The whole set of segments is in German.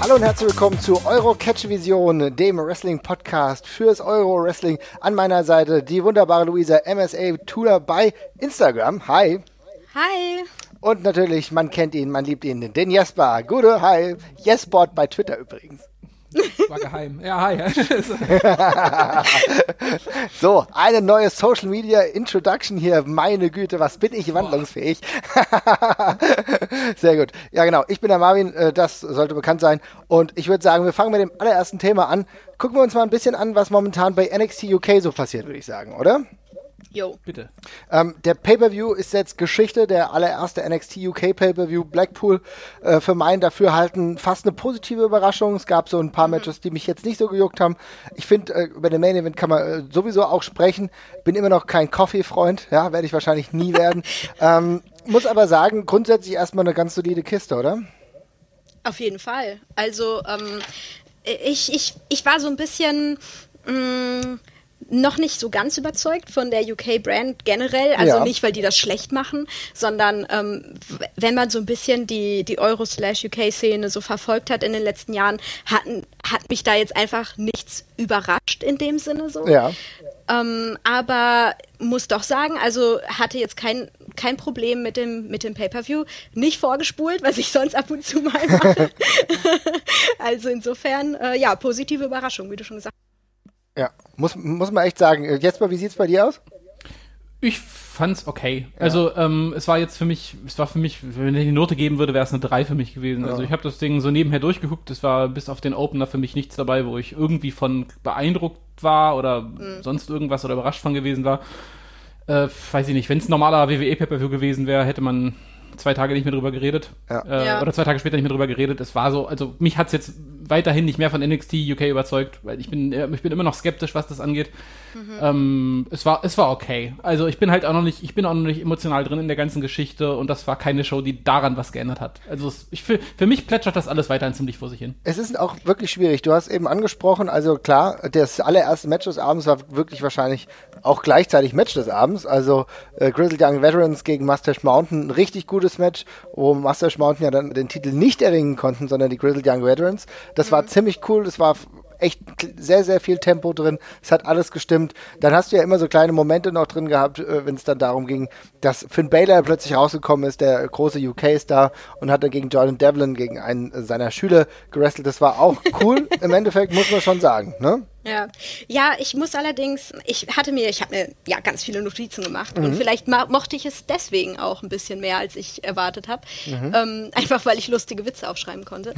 Hallo und herzlich willkommen zu Euro Catch Vision, dem Wrestling-Podcast fürs Euro-Wrestling. An meiner Seite die wunderbare Luisa, MSA Tuner bei Instagram. Hi. Hi. Und natürlich, man kennt ihn, man liebt ihn, den Jesper. Gute, hi. Jesbot bei Twitter übrigens. Das war geheim. Ja, hi. So, eine neue Social Media Introduction hier. Meine Güte, was bin ich wandlungsfähig. Sehr gut. Ja, genau. Ich bin der Marvin. Das sollte bekannt sein. Und ich würde sagen, wir fangen mit dem allerersten Thema an. Gucken wir uns mal ein bisschen an, was momentan bei NXT UK so passiert, würde ich sagen, oder? Jo. Bitte. Der Pay-Per-View ist jetzt Geschichte, der allererste NXT UK Pay-Per-View. Blackpool für mein Dafürhalten fast eine positive Überraschung. Es gab so ein paar Matches, die mich jetzt nicht so gejuckt haben. Ich finde, über den Main Event kann man sowieso auch sprechen. Bin immer noch kein Coffee-Freund, ja, werde ich wahrscheinlich nie werden. Muss aber sagen, grundsätzlich erstmal eine ganz solide Kiste, oder? Auf jeden Fall. Also, ich war so ein bisschen noch nicht so ganz überzeugt von der UK-Brand generell, also nicht, weil die das schlecht machen, sondern wenn man so ein bisschen die Euro/UK-Szene so verfolgt hat in den letzten Jahren, hat mich da jetzt einfach nichts überrascht in dem Sinne so. Ja. Aber muss doch sagen, also hatte jetzt kein Problem mit dem Pay-Per-View, nicht vorgespult, was ich sonst ab und zu mal mache. Also insofern, ja, positive Überraschung, wie du schon gesagt hast. Ja, muss man echt sagen. Jesper, wie sieht's bei dir aus? Ich fand's okay. Ja. Also es war für mich, wenn ich die Note geben würde, wäre es eine 3 für mich gewesen. Ja. Also ich habe das Ding so nebenher durchgeguckt. Es war bis auf den Opener für mich nichts dabei, wo ich irgendwie von beeindruckt war oder sonst irgendwas oder überrascht von gewesen war. Weiß ich nicht, wenn es ein normaler WWE-Pay-Per-View gewesen wäre, hätte man 2 Tage nicht mehr drüber geredet. Ja. Oder 2 Tage später nicht mehr drüber geredet. Es war so, also mich hat's jetzt weiterhin nicht mehr von NXT UK überzeugt, weil ich bin immer noch skeptisch, was das angeht. Es war okay. Also ich bin auch noch nicht emotional drin in der ganzen Geschichte und das war keine Show, die daran was geändert hat. Also für mich plätschert das alles weiterhin ziemlich vor sich hin. Es ist auch wirklich schwierig. Du hast eben angesprochen, also klar, das allererste Match des Abends war wirklich wahrscheinlich auch gleichzeitig Match des Abends. Also Grizzled Young Veterans gegen Mustache Mountain, ein richtig gutes Match, wo Mustache Mountain ja dann den Titel nicht erringen konnten, sondern die Grizzled Young Veterans. Das war ziemlich cool, das war echt sehr, sehr viel Tempo drin, es hat alles gestimmt. Dann hast du ja immer so kleine Momente noch drin gehabt, wenn es dann darum ging, dass Finn Balor plötzlich rausgekommen ist, der große UK-Star, und hat dann gegen Jordan Devlin, gegen einen seiner Schüler gewrestelt. Das war auch cool, im Endeffekt, muss man schon sagen, ne? Ja, ich muss allerdings, ich habe mir ja ganz viele Notizen gemacht und vielleicht mochte ich es deswegen auch ein bisschen mehr, als ich erwartet habe. Einfach, weil ich lustige Witze aufschreiben konnte.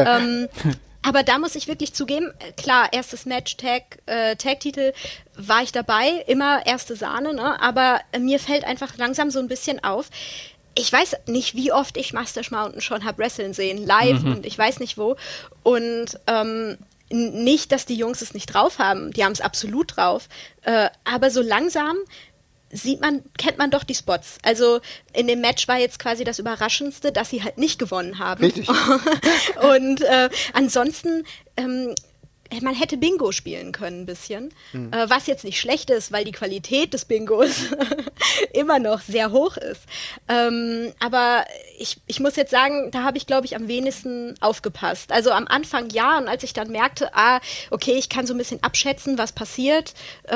Aber da muss ich wirklich zugeben, klar, erstes Match, Tag-Titel war ich dabei, immer erste Sahne, ne? Aber mir fällt einfach langsam so ein bisschen auf, ich weiß nicht, wie oft ich Mustache Mountain schon habe wresteln sehen, live und ich weiß nicht wo. Und nicht, dass die Jungs es nicht drauf haben, die haben es absolut drauf, aber so langsam kennt man doch die Spots. Also in dem Match war jetzt quasi das Überraschendste, dass sie halt nicht gewonnen haben. Richtig. Und ansonsten, man hätte Bingo spielen können ein bisschen, was jetzt nicht schlecht ist, weil die Qualität des Bingos immer noch sehr hoch ist. Aber ich muss jetzt sagen, da habe ich, glaube ich, am wenigsten aufgepasst. Also am Anfang ja, und als ich dann merkte, okay, ich kann so ein bisschen abschätzen, was passiert,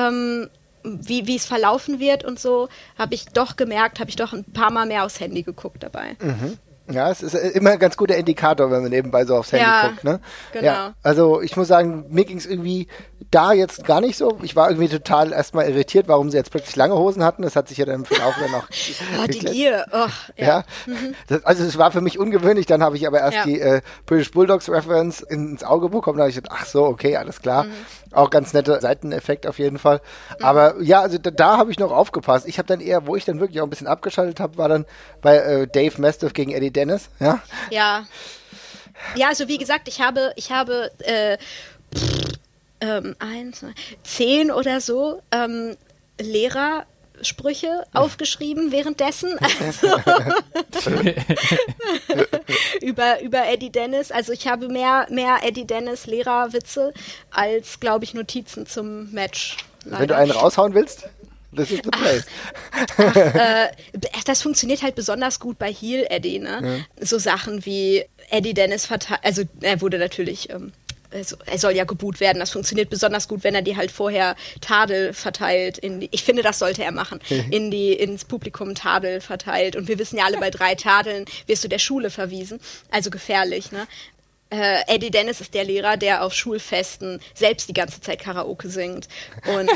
wie es verlaufen wird und so, habe ich doch ein paar Mal mehr aufs Handy geguckt dabei. Ja, es ist immer ein ganz guter Indikator, wenn man nebenbei so aufs Handy guckt, ne? Genau. Ja, also ich muss sagen, mir ging es irgendwie da jetzt gar nicht so. Ich war irgendwie total erstmal irritiert, warum sie jetzt plötzlich lange Hosen hatten. Das hat sich ja dann im Verlauf dann noch die Gier. Ja. Also es war für mich ungewöhnlich. Dann habe ich aber erst die British Bulldogs Reference ins Auge bekommen. Da habe ich gedacht, ach so, okay, alles klar. Auch ganz netter Seiteneffekt auf jeden Fall. Aber ja, also da habe ich noch aufgepasst. Ich habe dann eher, wo ich dann wirklich auch ein bisschen abgeschaltet habe, war dann bei Dave Mastiff gegen Eddie Dennis. Ja, also wie gesagt, ich habe 10 oder so Lehrersprüche aufgeschrieben währenddessen. Also über Eddie Dennis. Also ich habe mehr Eddie Dennis Lehrerwitze als, glaube ich, Notizen zum Match. Leider. Wenn du einen raushauen willst? This is the place. Das funktioniert halt besonders gut bei Heel Eddie, ne? Ja. So Sachen wie Eddie Dennis also er wurde natürlich, er soll ja geboot werden, das funktioniert besonders gut, wenn er die halt vorher Tadel verteilt. Ich finde, das sollte er machen, ins Publikum Tadel verteilt. Und wir wissen ja alle, bei 3 Tadeln wirst du der Schule verwiesen, also gefährlich, ne? Eddie Dennis ist der Lehrer, der auf Schulfesten selbst die ganze Zeit Karaoke singt. Und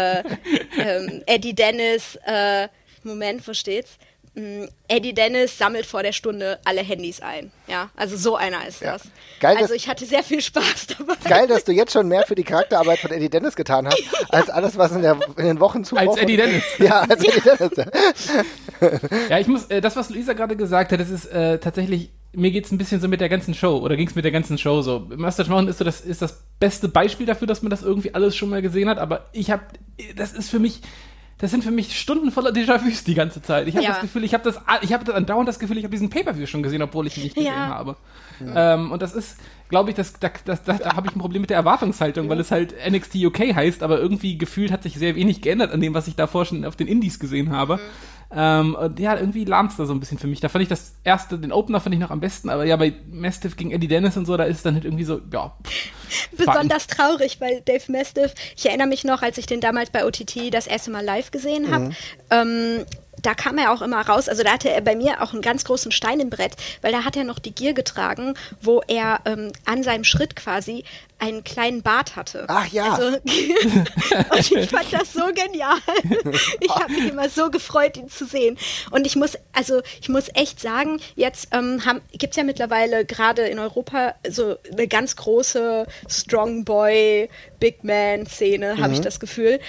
Eddie Dennis, Moment, wo steht's? Eddie Dennis sammelt vor der Stunde alle Handys ein. Ja, also so einer ist das. Geil, also ich hatte sehr viel Spaß dabei. Geil, dass du jetzt schon mehr für die Charakterarbeit von Eddie Dennis getan hast, als alles, was in den Wochen zuvor... Als Eddie Dennis. Ja, als Eddie Dennis. Ja, ich muss, das, was Luisa gerade gesagt hat, das ist tatsächlich... Mir geht's ein bisschen so mit der ganzen Show, oder ging's mit der ganzen Show so. Mustache Mountain ist das beste Beispiel dafür, dass man das irgendwie alles schon mal gesehen hat, aber das sind für mich Stunden voller Déjà-vus die ganze Zeit. Ich habe das Gefühl, ich habe andauernd das Gefühl, ich habe diesen Pay-Per-View schon gesehen, obwohl ich ihn nicht gesehen habe. Ja. Und das ist, glaube ich, da habe ich ein Problem mit der Erwartungshaltung, weil es halt NXT UK heißt, aber irgendwie gefühlt hat sich sehr wenig geändert an dem, was ich davor schon auf den Indies gesehen habe. Und ja, irgendwie lahmt's da so ein bisschen für mich. Da fand ich den Opener fand ich noch am besten, aber ja, bei Mastiff gegen Eddie Dennis und so, da ist es dann halt irgendwie so, ja. Besonders traurig, weil Dave Mastiff, ich erinnere mich noch, als ich den damals bei OTT das erste Mal live gesehen habe, da kam er auch immer raus, also da hatte er bei mir auch einen ganz großen Stein im Brett, weil da hat er noch die Gear getragen, wo er an seinem Schritt quasi einen kleinen Bart hatte. Ach ja. Also, und ich fand das so genial. Ich habe mich immer so gefreut, ihn zu sehen. Und ich muss echt sagen, jetzt gibt es ja mittlerweile gerade in Europa so eine ganz große Strong Boy, Big Man Szene, habe ich das Gefühl.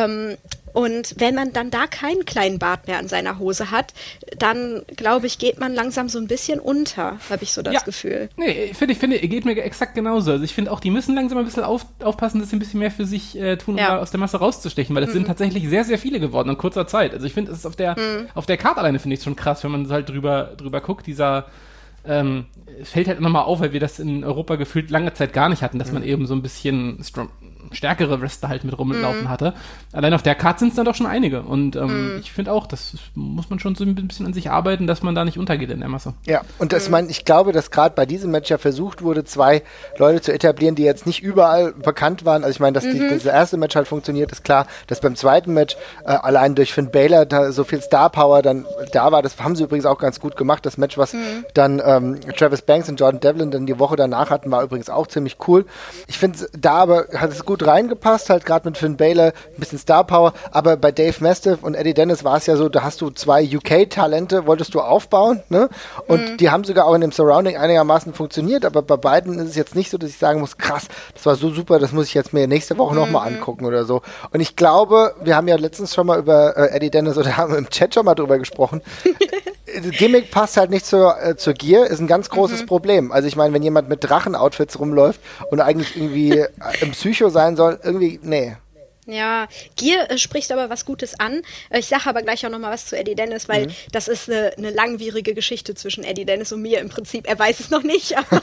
Und wenn man dann da keinen kleinen Bart mehr an seiner Hose hat, dann, glaube ich, geht man langsam so ein bisschen unter, habe ich so das Gefühl. Nee, finde, geht mir exakt genauso. Also ich finde auch, die müssen langsam ein bisschen aufpassen, dass sie ein bisschen mehr für sich tun, um da aus der Masse rauszustechen, weil es sind tatsächlich sehr, sehr viele geworden in kurzer Zeit. Also ich finde, es ist auf der Karte alleine, finde ich es schon krass, wenn man halt drüber guckt, dieser fällt halt nochmal auf, weil wir das in Europa gefühlt lange Zeit gar nicht hatten, dass man eben so ein bisschen stärkere Wrestler halt mit rumlaufen hatte. Allein auf der Karte sind es dann doch schon einige. Und ich finde auch, das muss man schon so ein bisschen an sich arbeiten, dass man da nicht untergeht in der Masse. Ja, und ich glaube, dass gerade bei diesem Match ja versucht wurde, 2 Leute zu etablieren, die jetzt nicht überall bekannt waren. Also ich meine, dass das erste Match halt funktioniert, ist klar. Dass beim zweiten Match allein durch Finn Balor da so viel Star Power dann da war, das haben sie übrigens auch ganz gut gemacht. Das Match, was dann Travis Banks und Jordan Devlin dann die Woche danach hatten, war übrigens auch ziemlich cool. Ich finde, da aber hat es gut reingepasst, halt gerade mit Finn Balor, ein bisschen Star Power, aber bei Dave Mastiff und Eddie Dennis war es ja so, da hast du 2 UK-Talente, wolltest du aufbauen, ne? Und die haben sogar auch in dem Surrounding einigermaßen funktioniert, aber bei beiden ist es jetzt nicht so, dass ich sagen muss, krass, das war so super, das muss ich jetzt mir nächste Woche nochmal angucken oder so. Und ich glaube, wir haben ja letztens schon mal über Eddie Dennis oder haben im Chat schon mal drüber gesprochen, Gimmick passt halt nicht zur Gear, ist ein ganz großes Problem. Also ich meine, wenn jemand mit Drachen-Outfits rumläuft und eigentlich irgendwie im Psycho sein soll, irgendwie, nee. Ja, Gear spricht aber was Gutes an. Ich sage aber gleich auch noch mal was zu Eddie Dennis, weil das ist eine langwierige Geschichte zwischen Eddie Dennis und mir im Prinzip. Er weiß es noch nicht, aber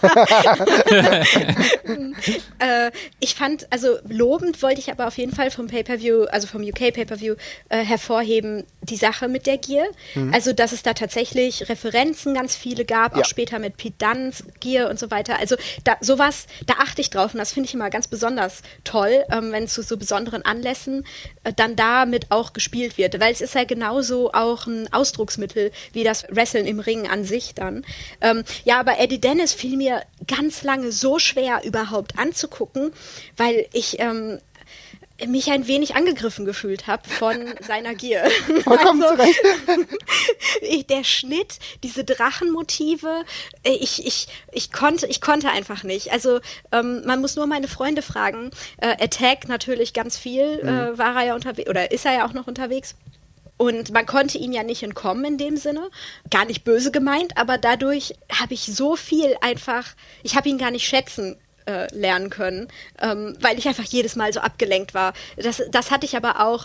ich fand, also lobend wollte ich aber auf jeden Fall vom Pay-Per-View, also vom UK Pay-Per-View hervorheben, die Sache mit der Gear. Also, dass es da tatsächlich Referenzen ganz viele gab, auch später mit Pete Dunne's Gear und so weiter. Also sowas, da achte ich drauf und das finde ich immer ganz besonders toll, wenn es zu so besonderen Anlässen dann damit auch gespielt wird, weil es ist ja genauso auch ein Ausdrucksmittel wie das Wrestlen im Ring an sich dann. Ja, aber Eddie Dennis fiel mir ganz lange so schwer überhaupt anzugucken, weil ich mich ein wenig angegriffen gefühlt habe von seiner Gier. Vollkommen zurecht. Der Schnitt, diese Drachenmotive, ich konnte einfach nicht. Also man muss nur meine Freunde fragen. Attack natürlich ganz viel, war er ja unterwegs, oder ist er ja auch noch unterwegs. Und man konnte ihm ja nicht entkommen in dem Sinne. Gar nicht böse gemeint, aber dadurch habe ich so viel ich habe ihn gar nicht schätzen lernen können, weil ich einfach jedes Mal so abgelenkt war. Das hatte ich aber auch,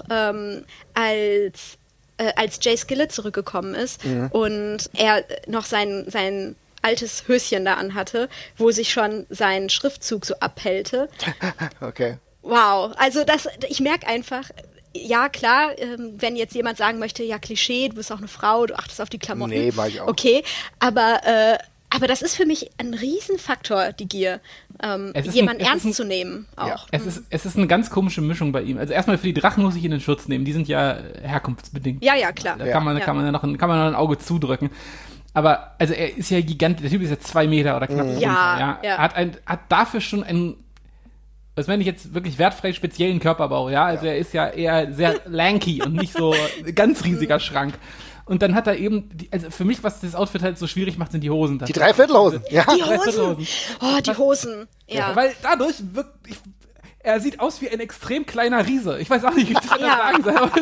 als Jay Skillett zurückgekommen ist und er noch sein altes Höschen da anhatte, wo sich schon sein Schriftzug so abhellte. Okay. Wow, also ich merke einfach, ja, klar, wenn jetzt jemand sagen möchte, ja, Klischee, du bist auch eine Frau, du achtest auf die Klamotten. Nee, mag ich auch. Okay, aber das ist für mich ein Riesenfaktor, die Gier, jemanden ernst zu nehmen auch. Ja. Es ist eine ganz komische Mischung bei ihm. Also erstmal für die Drachen muss ich ihn in Schutz nehmen, die sind ja herkunftsbedingt. Ja, klar. Da kann man noch ein Auge zudrücken. Aber, also er ist ja gigantisch, der Typ ist ja 2 Meter oder knapp drunter. Ja. Hat dafür schon einen, das meine ich jetzt wirklich wertfrei speziellen Körperbau, ja. Also er ist ja eher sehr lanky und nicht so ganz riesiger Schrank. Und dann hat er eben, also für mich, was das Outfit halt so schwierig macht, sind die Hosen. Die Dreiviertelhosen, ja. Die Hosen. Oh, die Hosen, ja. Weil dadurch wirklich, er sieht aus wie ein extrem kleiner Riese. Ich weiß auch nicht, wie ich das sagen soll. Aber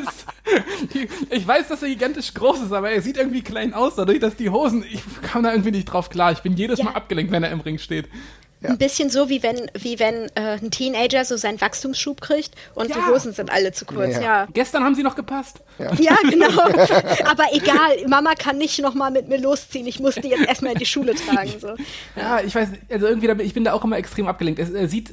ich weiß, dass er gigantisch groß ist, aber er sieht irgendwie klein aus, dadurch, dass die Hosen, ich kam da irgendwie nicht drauf klar. Ich bin jedes Mal abgelenkt, wenn er im Ring steht. Ja. Ein bisschen so, wie wenn ein Teenager so seinen Wachstumsschub kriegt und die Hosen sind alle zu kurz. Ja. Gestern haben sie noch gepasst. Ja, genau. Aber egal, Mama kann nicht nochmal mit mir losziehen. Ich muss die jetzt erstmal in die Schule tragen. So. Ja, ich weiß, also irgendwie, ich bin da auch immer extrem abgelenkt. Er sieht,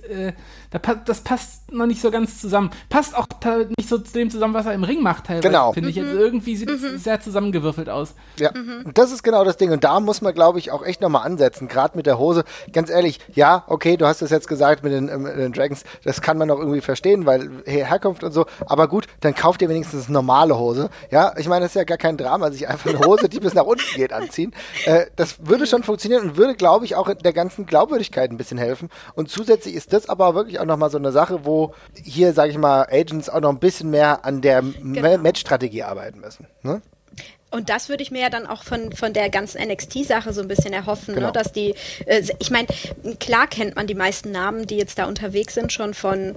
das passt noch nicht so ganz zusammen. Passt auch nicht so zu dem zusammen, was er im Ring macht, teilweise, finde ich. Also irgendwie sieht es sehr zusammengewürfelt aus. Ja, und das ist genau das Ding. Und da muss man, glaube ich, auch echt nochmal ansetzen. Gerade mit der Hose. Ganz ehrlich, ja, okay, du hast das jetzt gesagt mit den Dragons. Das kann man auch irgendwie verstehen, weil Herkunft und so. Aber gut, dann kauft ihr wenigstens eine normale Hose. Ja, ich meine, das ist ja gar kein Drama, sich einfach eine Hose, die bis nach unten geht, anziehen. Das würde schon funktionieren und würde, glaube ich, auch der ganzen Glaubwürdigkeit ein bisschen helfen. Und zusätzlich ist das aber wirklich auch nochmal so eine Sache, wo hier, sage ich mal, Agents auch noch ein bisschen mehr an der Match-Strategie arbeiten müssen. Ne? Und das würde ich mir ja dann auch von der ganzen NXT-Sache so ein bisschen erhoffen, ne? Dass die, ich meine, klar kennt man die meisten Namen, die jetzt da unterwegs sind, schon von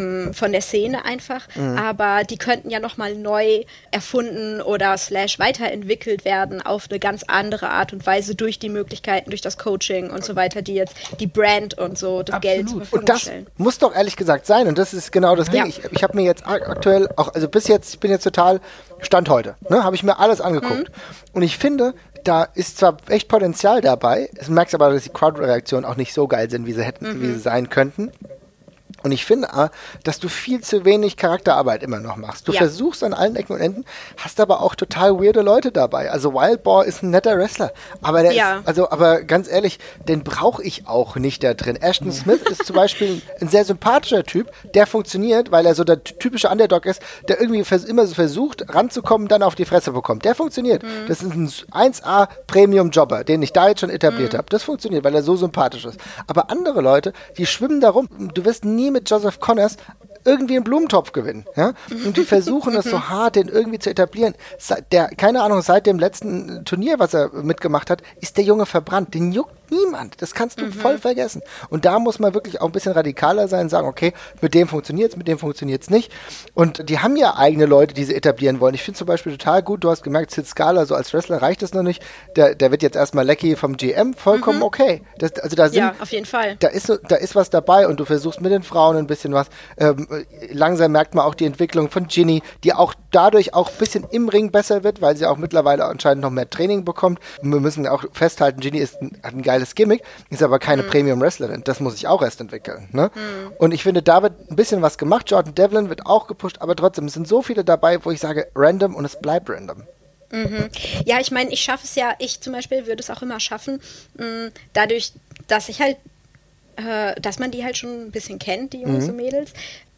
der Szene einfach, aber die könnten ja nochmal neu erfunden oder / weiterentwickelt werden auf eine ganz andere Art und Weise durch die Möglichkeiten, durch das Coaching und so weiter, die jetzt die Brand und so, das Geld zur Verfügung stellen. Und das muss doch ehrlich gesagt sein und das ist genau das Ding. Ich habe mir jetzt aktuell auch, also bis jetzt, ich bin jetzt total Stand heute, ne, habe ich mir alles angeguckt. Und ich finde, da ist zwar echt Potenzial dabei, es merkst aber, dass die Crowd-Reaktionen auch nicht so geil sind, wie sie sein könnten. Und ich finde, dass du viel zu wenig Charakterarbeit immer noch machst. Du versuchst an allen Ecken und Enden, hast aber auch total weirde Leute dabei. Also Wild Boar ist ein netter Wrestler, aber der ist, aber ganz ehrlich, den brauche ich auch nicht da drin. Ashton Smith ist zum Beispiel ein sehr sympathischer Typ, der funktioniert, weil er so der typische Underdog ist, der irgendwie immer so versucht, ranzukommen, dann auf die Fresse bekommt. Der funktioniert. Das ist ein 1A Premium-Jobber, den ich da jetzt schon etabliert habe. Das funktioniert, weil er so sympathisch ist. Aber andere Leute, die schwimmen da rum. Du wirst nie mit Joseph Connors irgendwie einen Blumentopf gewinnen. Ja? Und die versuchen das so hart, den irgendwie zu etablieren. Keine Ahnung, seit dem letzten Turnier, was er mitgemacht hat, ist der Junge verbrannt. Den juckt niemand. Das kannst du voll vergessen. Und da muss man wirklich auch ein bisschen radikaler sein und sagen, okay, mit dem funktioniert's, mit dem funktioniert's nicht. Und die haben ja eigene Leute, die sie etablieren wollen. Ich finde zum Beispiel total gut, du hast gemerkt, Sid Scala, so als Wrestler reicht das noch nicht. Der wird jetzt erstmal Lecky vom GM, vollkommen okay. Auf jeden Fall. Da ist was dabei und du versuchst mit den Frauen ein bisschen was. Langsam merkt man auch die Entwicklung von Ginny, die auch dadurch auch ein bisschen im Ring besser wird, weil sie auch mittlerweile anscheinend noch mehr Training bekommt. Wir müssen auch festhalten, Ginny hat ein geiles Gimmick, ist aber keine Premium-Wrestlerin. Das muss sich auch erst entwickeln. Ne? Und ich finde, da wird ein bisschen was gemacht. Jordan Devlin wird auch gepusht, aber trotzdem, es sind so viele dabei, wo ich sage, random und es bleibt random. Ja, ich meine, ich zum Beispiel würde es auch immer schaffen, dadurch, dass ich halt dass man die halt schon ein bisschen kennt, die Jungs und Mädels.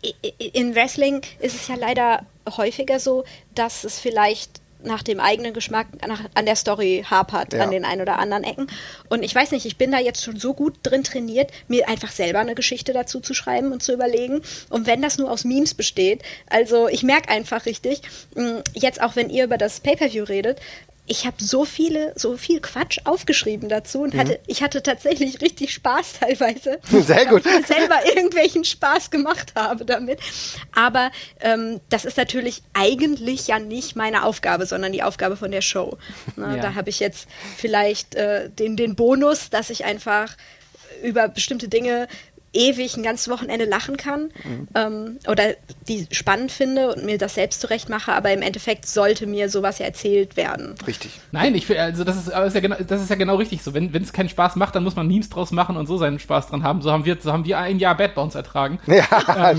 In Wrestling ist es ja leider häufiger so, dass es vielleicht nach dem eigenen Geschmack an der Story hapert, an den ein oder anderen Ecken. Und ich weiß nicht, ich bin da jetzt schon so gut drin trainiert, mir einfach selber eine Geschichte dazu zu schreiben und zu überlegen. Und wenn das nur aus Memes besteht, also ich merke einfach richtig, jetzt auch wenn ihr über das Pay-Per-View redet, ich habe so viel Quatsch aufgeschrieben dazu und ich hatte tatsächlich richtig Spaß teilweise. Sehr gut. Weil ich selber irgendwelchen Spaß gemacht habe damit. Aber das ist natürlich eigentlich ja nicht meine Aufgabe, sondern die Aufgabe von der Show. Da habe ich jetzt vielleicht den Bonus, dass ich einfach über bestimmte Dinge ewig ein ganzes Wochenende lachen kann oder die spannend finde und mir das selbst zurecht mache, aber im Endeffekt sollte mir sowas ja erzählt werden. Richtig. Nein, also das ist ja genau richtig so. Wenn es keinen Spaß macht, dann muss man Memes draus machen und so seinen Spaß dran haben. So haben wir ein Jahr Bad Bounce ertragen. Ja,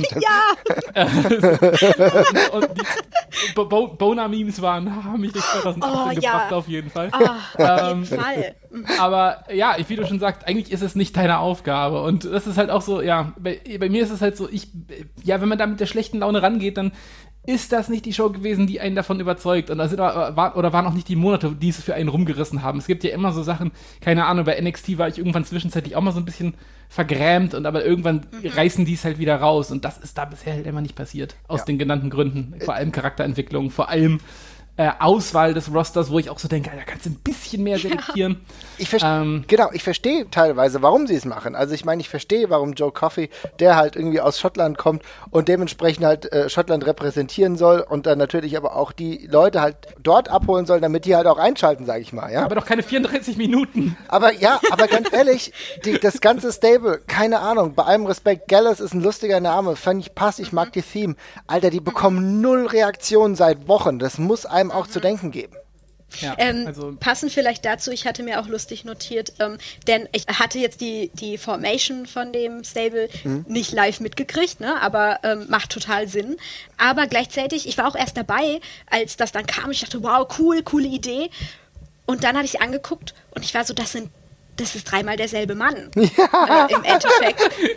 und die Boner-Memes haben mich durch 2018 gebracht auf jeden Fall. Auf jeden Fall. Aber ja, wie du schon sagst, eigentlich ist es nicht deine Aufgabe. Und das ist halt auch so, ja, bei mir ist es halt so, wenn man da mit der schlechten Laune rangeht, dann ist das nicht die Show gewesen, die einen davon überzeugt. Und waren auch nicht die Monate, die es für einen rumgerissen haben. Es gibt ja immer so Sachen, keine Ahnung, bei NXT war ich irgendwann zwischenzeitlich auch mal so ein bisschen vergrämt, aber irgendwann reißen die es halt wieder raus. Und das ist da bisher halt immer nicht passiert. Aus den genannten Gründen. Vor allem Charakterentwicklung, vor allem Auswahl des Rosters, wo ich auch so denke, da kannst du ein bisschen mehr selektieren. Ich verstehe teilweise, warum sie es machen. Also ich meine, ich verstehe, warum Joe Coffey, der halt irgendwie aus Schottland kommt und dementsprechend halt Schottland repräsentieren soll und dann natürlich aber auch die Leute halt dort abholen soll, damit die halt auch einschalten, sage ich mal. Ja? Aber doch keine 34 Minuten. Aber ganz ehrlich, das ganze Stable, keine Ahnung, bei allem Respekt, Gallus ist ein lustiger Name, fand ich passt, ich mag die Theme. Alter, die bekommen 0 Reaktionen seit Wochen. Das muss einem auch zu denken geben. Ja, passend vielleicht dazu, ich hatte mir auch lustig notiert, denn ich hatte jetzt die Formation von dem Stable nicht live mitgekriegt, ne, aber macht total Sinn. Aber gleichzeitig, ich war auch erst dabei, als das dann kam. Ich dachte, wow, coole Idee. Und dann habe ich sie angeguckt und ich war so, das ist 3-mal derselbe Mann. Ja. Im Endeffekt.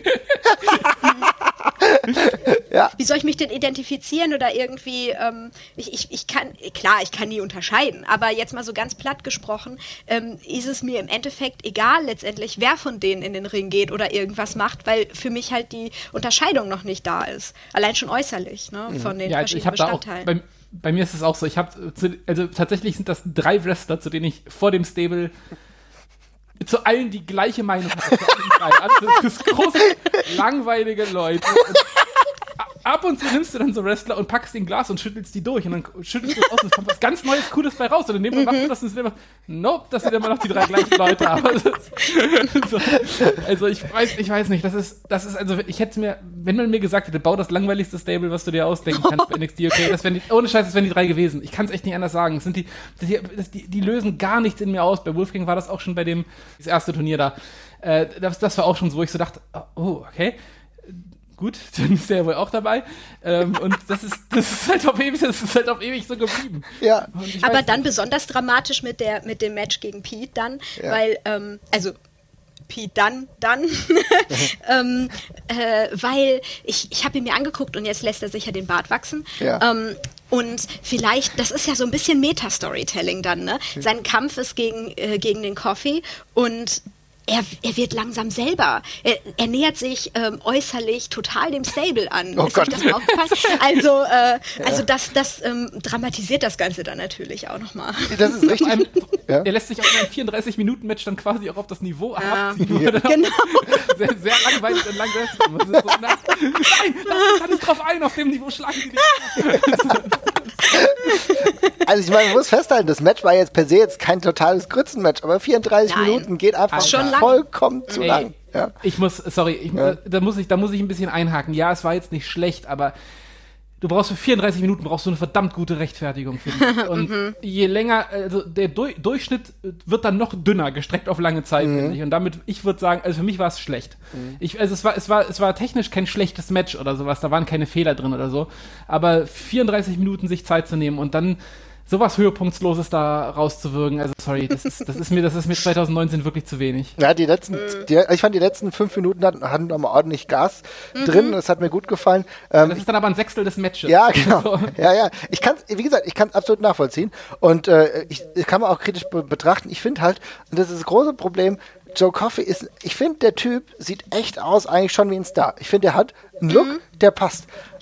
Ja. Wie soll ich mich denn identifizieren oder irgendwie, ich kann nie unterscheiden, aber jetzt mal so ganz platt gesprochen, ist es mir im Endeffekt egal letztendlich, wer von denen in den Ring geht oder irgendwas macht, weil für mich halt die Unterscheidung noch nicht da ist. Allein schon äußerlich, ne, von den verschiedenen Bestandteilen. Bei mir ist es auch so, also tatsächlich sind das 3 Wrestler, zu denen ich vor dem Stable zu allen die gleiche Meinung hatte. Also das ist große, langweilige Leute. Und ab und zu nimmst du dann so Wrestler und packst die in Glas und schüttelst die durch. Und dann schüttelst du es aus und es kommt was ganz Neues, Cooles bei raus. Und dann nehmen wir machen das und es nope, das sind immer noch die 3 gleichen Leute. Aber also ich weiß nicht, das ist also, ich hätte mir, wenn man mir gesagt hätte, bau das langweiligste Stable, was du dir ausdenken kannst bei NXT, okay, ohne Scheiß, das wären die 3 gewesen. Ich kann es echt nicht anders sagen. Die lösen gar nichts in mir aus. Bei Wolfgang war das auch schon bei das erste Turnier da. Das war auch schon so, wo ich so dachte, oh, okay. Gut, dann ist der ja wohl auch dabei. Und das ist halt auf ewig so geblieben. Ja. Aber dann besonders dramatisch mit dem Match gegen Pete dann, weil, Pete dann, weil ich habe ihn mir angeguckt und jetzt lässt er sich ja den Bart wachsen. Ja. Und vielleicht, das ist ja so ein bisschen Meta-Storytelling dann, ne? Sein Kampf ist gegen den Coffee und er wird langsam selber. Er nähert sich äußerlich total dem Stable an. Oh ist Gott. euch das aufgefallen? Also das dramatisiert das Ganze dann natürlich auch nochmal. Das ist richtig. Der lässt sich auch in einem 34-Minuten-Match dann quasi auch auf das Niveau abziehen. Ja. Genau. Sehr, sehr langweilig und langweilig. So, nein, lass mich nicht drauf ein, auf dem Niveau schlagen die nicht. Also ich meine, man muss festhalten, das Match war jetzt per se jetzt kein totales Grützenmatch, aber 34 Minuten geht einfach schon vollkommen zu lang. Ja. Da muss ich ein bisschen einhaken. Ja, es war jetzt nicht schlecht, aber du brauchst für 34 Minuten eine verdammt gute Rechtfertigung, finde ich. Und je länger, also der Durchschnitt wird dann noch dünner, gestreckt auf lange Zeit, finde ich. Und damit, ich würde sagen, also für mich war es schlecht. Es war technisch kein schlechtes Match oder sowas, da waren keine Fehler drin oder so. Aber 34 Minuten sich Zeit zu nehmen und dann sowas Höhepunktsloses da rauszuwirken, also sorry, das ist mir 2019 wirklich zu wenig. Ja, ich fand die letzten 5 Minuten hatten nochmal ordentlich Gas drin, das hat mir gut gefallen. Das ist dann aber ein Sechstel des Matches. Ja, genau. So. Ja. Ich kann es absolut nachvollziehen und ich kann man auch kritisch betrachten. Ich finde halt, und das ist das große Problem, Joe Coffey ich finde, der Typ sieht echt aus eigentlich schon wie ein Star. Ich finde, der hat einen Look, der passt.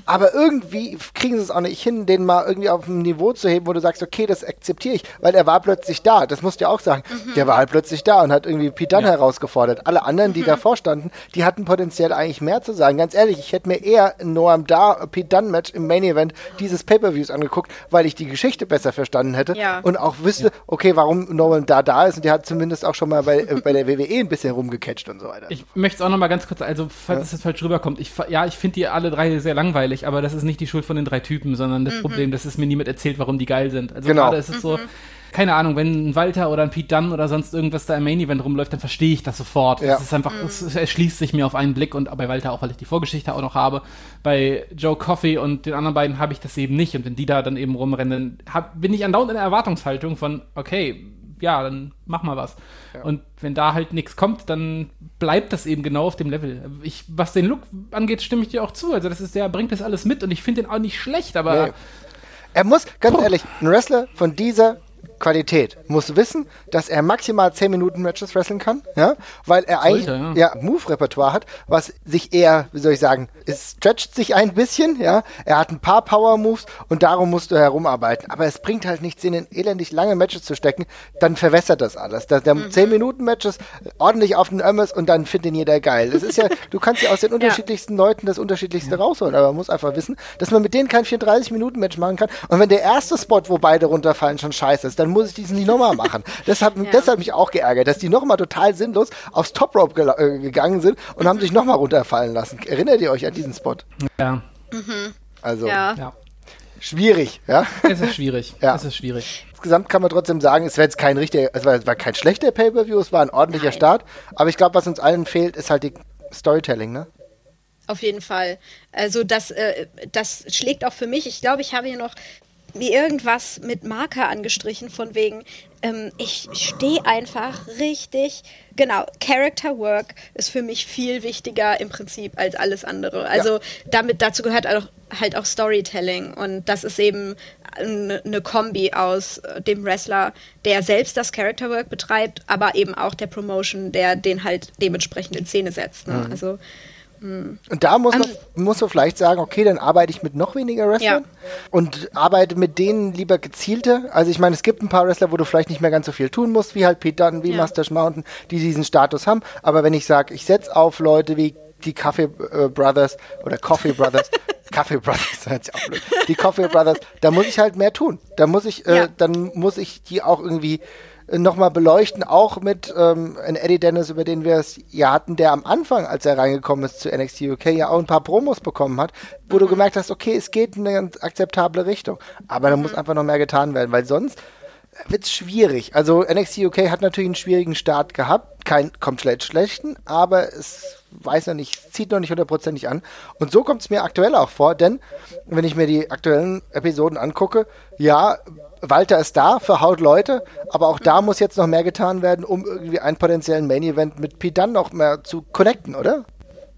aber irgendwie kriegen sie es auch nicht hin, den mal irgendwie auf ein Niveau zu heben, wo du sagst, okay, das akzeptiere ich, weil er war plötzlich da, das musst du ja auch sagen, der war halt plötzlich da und hat irgendwie Pete Dunne herausgefordert. Alle anderen, die davor standen, die hatten potenziell eigentlich mehr zu sagen. Ganz ehrlich, ich hätte mir eher ein Noam Dar, Pete Dunne Match im Main Event dieses Pay-Per-Views angeguckt, weil ich die Geschichte besser verstanden hätte und auch wüsste, okay, warum Noam Dar da ist und der hat zumindest auch schon mal bei der WWE ein bisschen rumgecatcht und so weiter. Ich möchte es auch noch mal ganz kurz, also falls es jetzt falsch rüberkommt, ich finde die alle drei sehr langweilig, aber das ist nicht die Schuld von den 3 Typen, sondern das Problem, dass es mir niemand erzählt, warum die geil sind. Also gerade ist es so, keine Ahnung, wenn ein Walter oder ein Pete Dunne oder sonst irgendwas da im Main Event rumläuft, dann verstehe ich das sofort. Das ist einfach, es erschließt sich mir auf einen Blick und bei Walter auch, weil ich die Vorgeschichte auch noch habe. Bei Joe Coffey und den anderen beiden habe ich das eben nicht und wenn die da dann eben rumrennen, bin ich andauernd in der Erwartungshaltung von, okay, ja, dann mach mal was. Ja. Und wenn da halt nichts kommt, dann bleibt das eben genau auf dem Level. Was den Look angeht, stimme ich dir auch zu. Also der bringt das alles mit und ich finde den auch nicht schlecht, aber... Nee. Er muss, ganz ehrlich, ein Wrestler von dieser Qualität muss wissen, dass er maximal 10 Minuten Matches wresteln kann, ja, weil er eigentlich Move-Repertoire hat, was sich eher, wie soll ich sagen, es stretcht sich ein bisschen, ja, er hat ein paar Power-Moves und darum musst du herumarbeiten, aber es bringt halt nichts, in elendig lange Matches zu stecken, dann verwässert das alles. Der 10 Minuten Matches ordentlich auf den Ömmers und dann findet ihn jeder geil. Das ist ja, du kannst ja aus den unterschiedlichsten Leuten das Unterschiedlichste rausholen, aber man muss einfach wissen, dass man mit denen kein 34 Minuten Match machen kann und wenn der erste Spot, wo beide runterfallen, schon scheiße ist, dann muss ich diesen nicht nochmal machen. Das hat mich auch geärgert, dass die nochmal total sinnlos aufs Top Rope gegangen sind und haben sich nochmal runterfallen lassen. Erinnert ihr euch an diesen Spot? Ja. Also, schwierig, ja? Es ist schwierig. Ja. Es ist schwierig. Insgesamt kann man trotzdem sagen, es war jetzt kein richtiger, es war kein schlechter Pay-Per-View, es war ein ordentlicher Start, aber ich glaube, was uns allen fehlt, ist halt die Storytelling, ne? Auf jeden Fall. Also das schlägt auch für mich. Ich glaube, ich habe hier noch wie irgendwas mit Marker angestrichen, von wegen, ich stehe einfach richtig, genau, Character Work ist für mich viel wichtiger im Prinzip als alles andere. Also dazu gehört halt auch Storytelling und das ist eben eine Kombi aus dem Wrestler, der selbst das Character Work betreibt, aber eben auch der Promotion, der den halt dementsprechend in Szene setzt. Ne? Also und da muss man vielleicht sagen, okay, dann arbeite ich mit noch weniger Wrestlern und arbeite mit denen lieber gezielter. Also ich meine, es gibt ein paar Wrestler, wo du vielleicht nicht mehr ganz so viel tun musst, wie halt Pete Dunne, wie Mustache Mountain, die diesen Status haben. Aber wenn ich sage, ich setze auf Leute wie die Coffee Brothers oder Coffee Brothers, Coffee Brothers, das ist auch blöd. Die Coffee Brothers, da muss ich halt mehr tun. Da muss ich, dann muss ich die auch irgendwie nochmal beleuchten, auch mit Eddie Dennis, über den wir es ja hatten, der am Anfang, als er reingekommen ist zu NXT UK, ja auch ein paar Promos bekommen hat, wo du gemerkt hast, okay, es geht in eine ganz akzeptable Richtung. Aber da muss einfach noch mehr getan werden, weil sonst wird es schwierig. Also NXT UK hat natürlich einen schwierigen Start gehabt, kein komplett schlechten, aber es weiß noch nicht, zieht noch nicht 100% an. Und so kommt es mir aktuell auch vor, denn wenn ich mir die aktuellen Episoden angucke, ja, Walter ist da, verhaut Leute, aber auch da muss jetzt noch mehr getan werden, um irgendwie einen potenziellen Main-Event mit Pete Dunne noch mehr zu connecten, oder?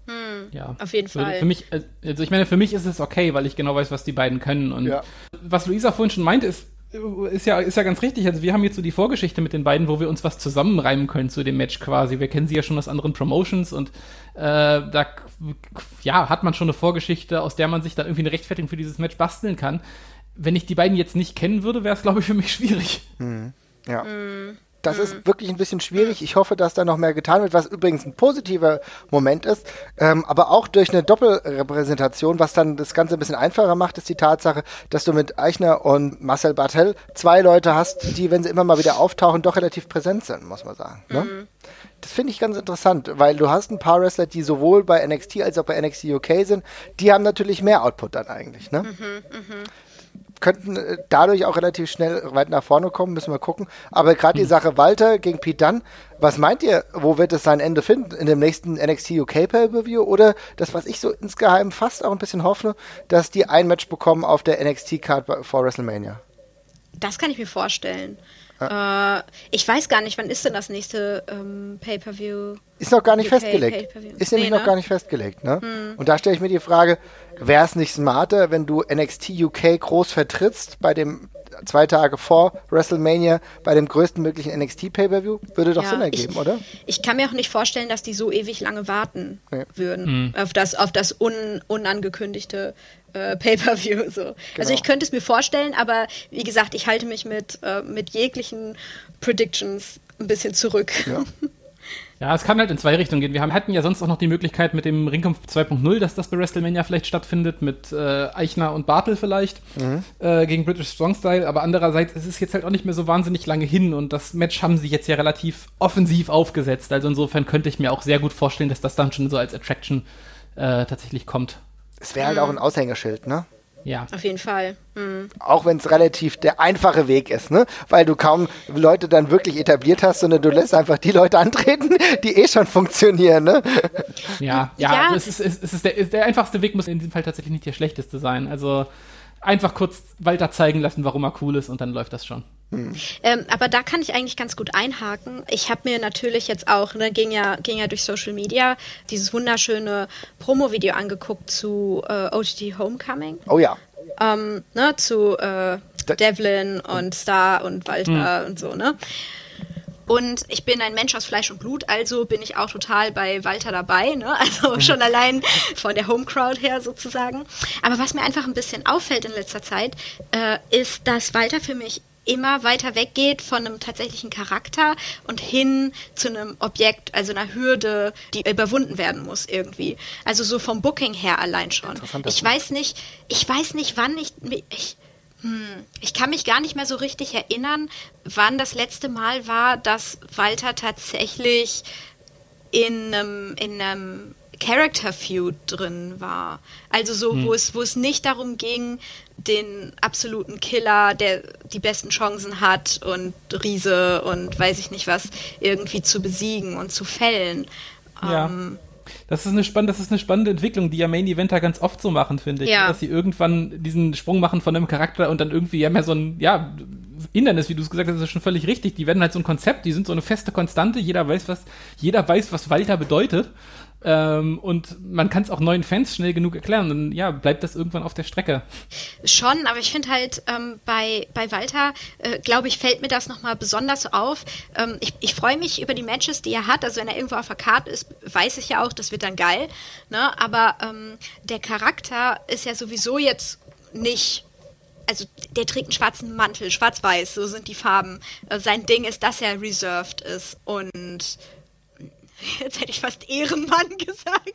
Ja, auf jeden Fall. Für mich, also ich meine, für mich ist es okay, weil ich genau weiß, was die beiden können. Und was Luisa vorhin schon meinte, ist ja ganz richtig. Also wir haben jetzt so die Vorgeschichte mit den beiden, wo wir uns was zusammenreimen können zu dem Match quasi. Wir kennen sie ja schon aus anderen Promotions und da hat man schon eine Vorgeschichte, aus der man sich dann irgendwie eine Rechtfertigung für dieses Match basteln kann. Wenn ich die beiden jetzt nicht kennen würde, wäre es, glaube ich, für mich schwierig. Ja. Das ist wirklich ein bisschen schwierig. Ich hoffe, dass da noch mehr getan wird, was übrigens ein positiver Moment ist. Aber auch durch eine Doppelrepräsentation, was dann das Ganze ein bisschen einfacher macht, ist die Tatsache, dass du mit Eichner und Marcel Barthel 2 Leute hast, die, wenn sie immer mal wieder auftauchen, doch relativ präsent sind, muss man sagen. Ne? Das finde ich ganz interessant, weil du hast ein paar Wrestler, die sowohl bei NXT als auch bei NXT UK sind, die haben natürlich mehr Output dann eigentlich. Ne? Könnten dadurch auch relativ schnell weit nach vorne kommen, müssen wir gucken. Aber gerade die Sache Walter gegen Pete Dunne, was meint ihr, wo wird es sein Ende finden? In dem nächsten NXT UK Pay-Per-View oder das, was ich so insgeheim fast auch ein bisschen hoffe, dass die ein Match bekommen auf der NXT-Card vor WrestleMania? Das kann ich mir vorstellen. Ich weiß gar nicht, wann ist denn das nächste Pay-Per-View? Ist noch gar nicht festgelegt. Ist nämlich noch gar nicht festgelegt. Ne? Und da stelle ich mir die Frage, wäre es nicht smarter, wenn du NXT UK groß vertrittst bei dem 2 Tage vor WrestleMania bei dem größten möglichen NXT-Pay-Per-View. Würde doch Sinn ergeben, oder? Ich kann mir auch nicht vorstellen, dass die so ewig lange warten würden auf das unangekündigte Pay-Per-View. So. Genau. Also ich könnte es mir vorstellen, aber wie gesagt, ich halte mich mit jeglichen Predictions ein bisschen zurück. Ja. Ja, es kann halt in 2 Richtungen gehen. Wir hatten ja sonst auch noch die Möglichkeit mit dem Ringkampf 2.0, dass das bei WrestleMania vielleicht stattfindet, mit Eichner und Bartel vielleicht gegen British Strong Style. Aber andererseits ist es jetzt halt auch nicht mehr so wahnsinnig lange hin und das Match haben sie jetzt ja relativ offensiv aufgesetzt. Also insofern könnte ich mir auch sehr gut vorstellen, dass das dann schon so als Attraction tatsächlich kommt. Es wäre halt auch ein Aushängeschild, ne? Ja. Auf jeden Fall. Auch wenn es relativ der einfache Weg ist, ne? Weil du kaum Leute dann wirklich etabliert hast, sondern du lässt einfach die Leute antreten, die schon funktionieren, ne? Ja. Also es ist der einfachste Weg muss in diesem Fall tatsächlich nicht der schlechteste sein. Also einfach kurz Walter zeigen lassen, warum er cool ist und dann läuft das schon. Aber da kann ich eigentlich ganz gut einhaken. Ich habe mir natürlich jetzt auch, ging ja durch Social Media, dieses wunderschöne Promo-Video angeguckt zu OTT Homecoming. Oh ja. Zu Devlin und Star und Walter und so, ne? Und ich bin ein Mensch aus Fleisch und Blut, also bin ich auch total bei Walter dabei, ne? Also schon allein von der Homecrowd her sozusagen. Aber was mir einfach ein bisschen auffällt in letzter Zeit, ist, dass Walter für mich immer weiter weggeht von einem tatsächlichen Charakter und hin zu einem Objekt, also einer Hürde, die überwunden werden muss irgendwie. Also so vom Booking her allein schon. Ich weiß nicht, wann ich kann mich gar nicht mehr so richtig erinnern, wann das letzte Mal war, dass Walter tatsächlich in einem Character-Feud drin war. Also so, wo es nicht darum ging, den absoluten Killer, der die besten Chancen hat und Riese und weiß ich nicht was, irgendwie zu besiegen und zu fällen. Ja. Das ist eine spannende Entwicklung, die ja Main Eventer ganz oft so machen, finde ich. Ja. Dass sie irgendwann diesen Sprung machen von einem Charakter und dann irgendwie ja mehr so ein, Hindernis, wie du es gesagt hast, ist schon völlig richtig. Die werden halt so ein Konzept, die sind so eine feste Konstante, jeder weiß, was Walter bedeutet. Und man kann es auch neuen Fans schnell genug erklären. Und ja, bleibt das irgendwann auf der Strecke. Schon, aber ich finde halt, bei Walter, glaube ich, fällt mir das nochmal besonders auf. Ich freue mich über die Matches, die er hat. Also wenn er irgendwo auf der Karte ist, weiß ich ja auch, das wird dann geil. Ne? Aber der Charakter ist ja sowieso jetzt nicht... Also der trägt einen schwarzen Mantel, schwarz-weiß, so sind die Farben. Sein Ding ist, dass er reserved ist und... Jetzt hätte ich fast Ehrenmann gesagt.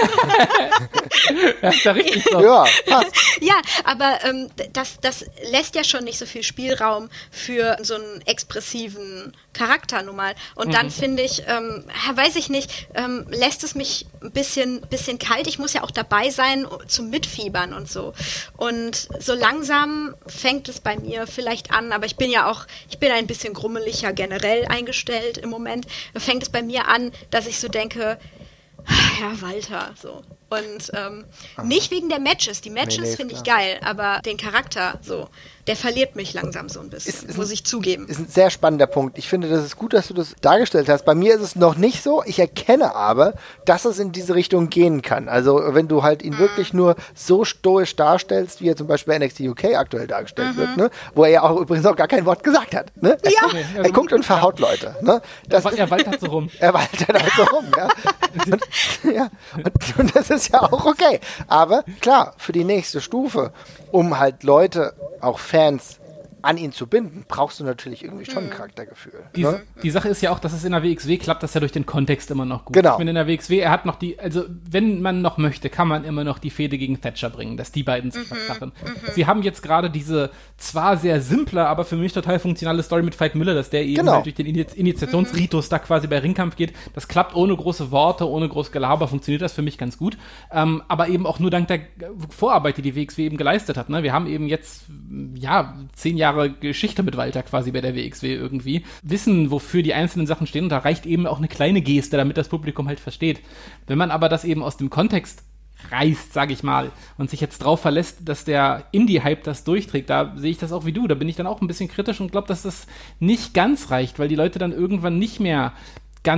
Ja, richtig so. Ja, passt. Ja, aber das lässt ja schon nicht so viel Spielraum für so einen expressiven Charakter nun mal. Und dann finde ich, weiß ich nicht, lässt es mich ein bisschen kalt. Ich muss ja auch dabei sein zum Mitfiebern und so. Und so langsam fängt es bei mir vielleicht an, aber ich bin ein bisschen grummeliger generell eingestellt im Moment. Fängt es bei mir an, dass ich so denke, ja, Walter, so. Und nicht wegen der Matches. Die Matches finde ich geil, aber den Charakter, so, der verliert mich langsam so ein bisschen, muss ich zugeben. Ist ein sehr spannender Punkt. Ich finde, das ist gut, dass du das dargestellt hast. Bei mir ist es noch nicht so. Ich erkenne aber, dass es in diese Richtung gehen kann. Also, wenn du halt ihn wirklich nur so stoisch darstellst, wie er zum Beispiel bei NXT UK aktuell dargestellt wird, ne? Wo er ja auch übrigens auch gar kein Wort gesagt hat. Ne? Er guckt und verhaut Leute. Ne? Er waltert so rum. Er waltert halt so rum, ja. Und das ist ja auch okay. Aber klar, für die nächste Stufe, um halt Leute, auch Fans, an ihn zu binden, brauchst du natürlich irgendwie schon ein Charaktergefühl. Die Sache ist ja auch, dass es in der WXW klappt, das ja durch den Kontext immer noch gut. Genau. Ich meine, in der WXW, er hat noch also wenn man noch möchte, kann man immer noch die Fehde gegen Thatcher bringen, dass die beiden sich verkrachen. Sie haben jetzt gerade diese zwar sehr simple, aber für mich total funktionale Story mit Veit Müller, dass der eben halt durch den Initiationsritus da quasi bei Ringkampf geht. Das klappt ohne große Worte, ohne groß Gelaber, funktioniert das für mich ganz gut. Aber eben auch nur dank der Vorarbeit, die WXW eben geleistet hat. Ne? Wir haben eben jetzt, 10 Jahre Geschichte mit Walter quasi bei der WXW irgendwie, wissen, wofür die einzelnen Sachen stehen und da reicht eben auch eine kleine Geste, damit das Publikum halt versteht. Wenn man aber das eben aus dem Kontext reißt, sage ich mal, und sich jetzt drauf verlässt, dass der Indie-Hype das durchträgt, da sehe ich das auch wie du, da bin ich dann auch ein bisschen kritisch und glaube, dass das nicht ganz reicht, weil die Leute dann irgendwann nicht mehr ganz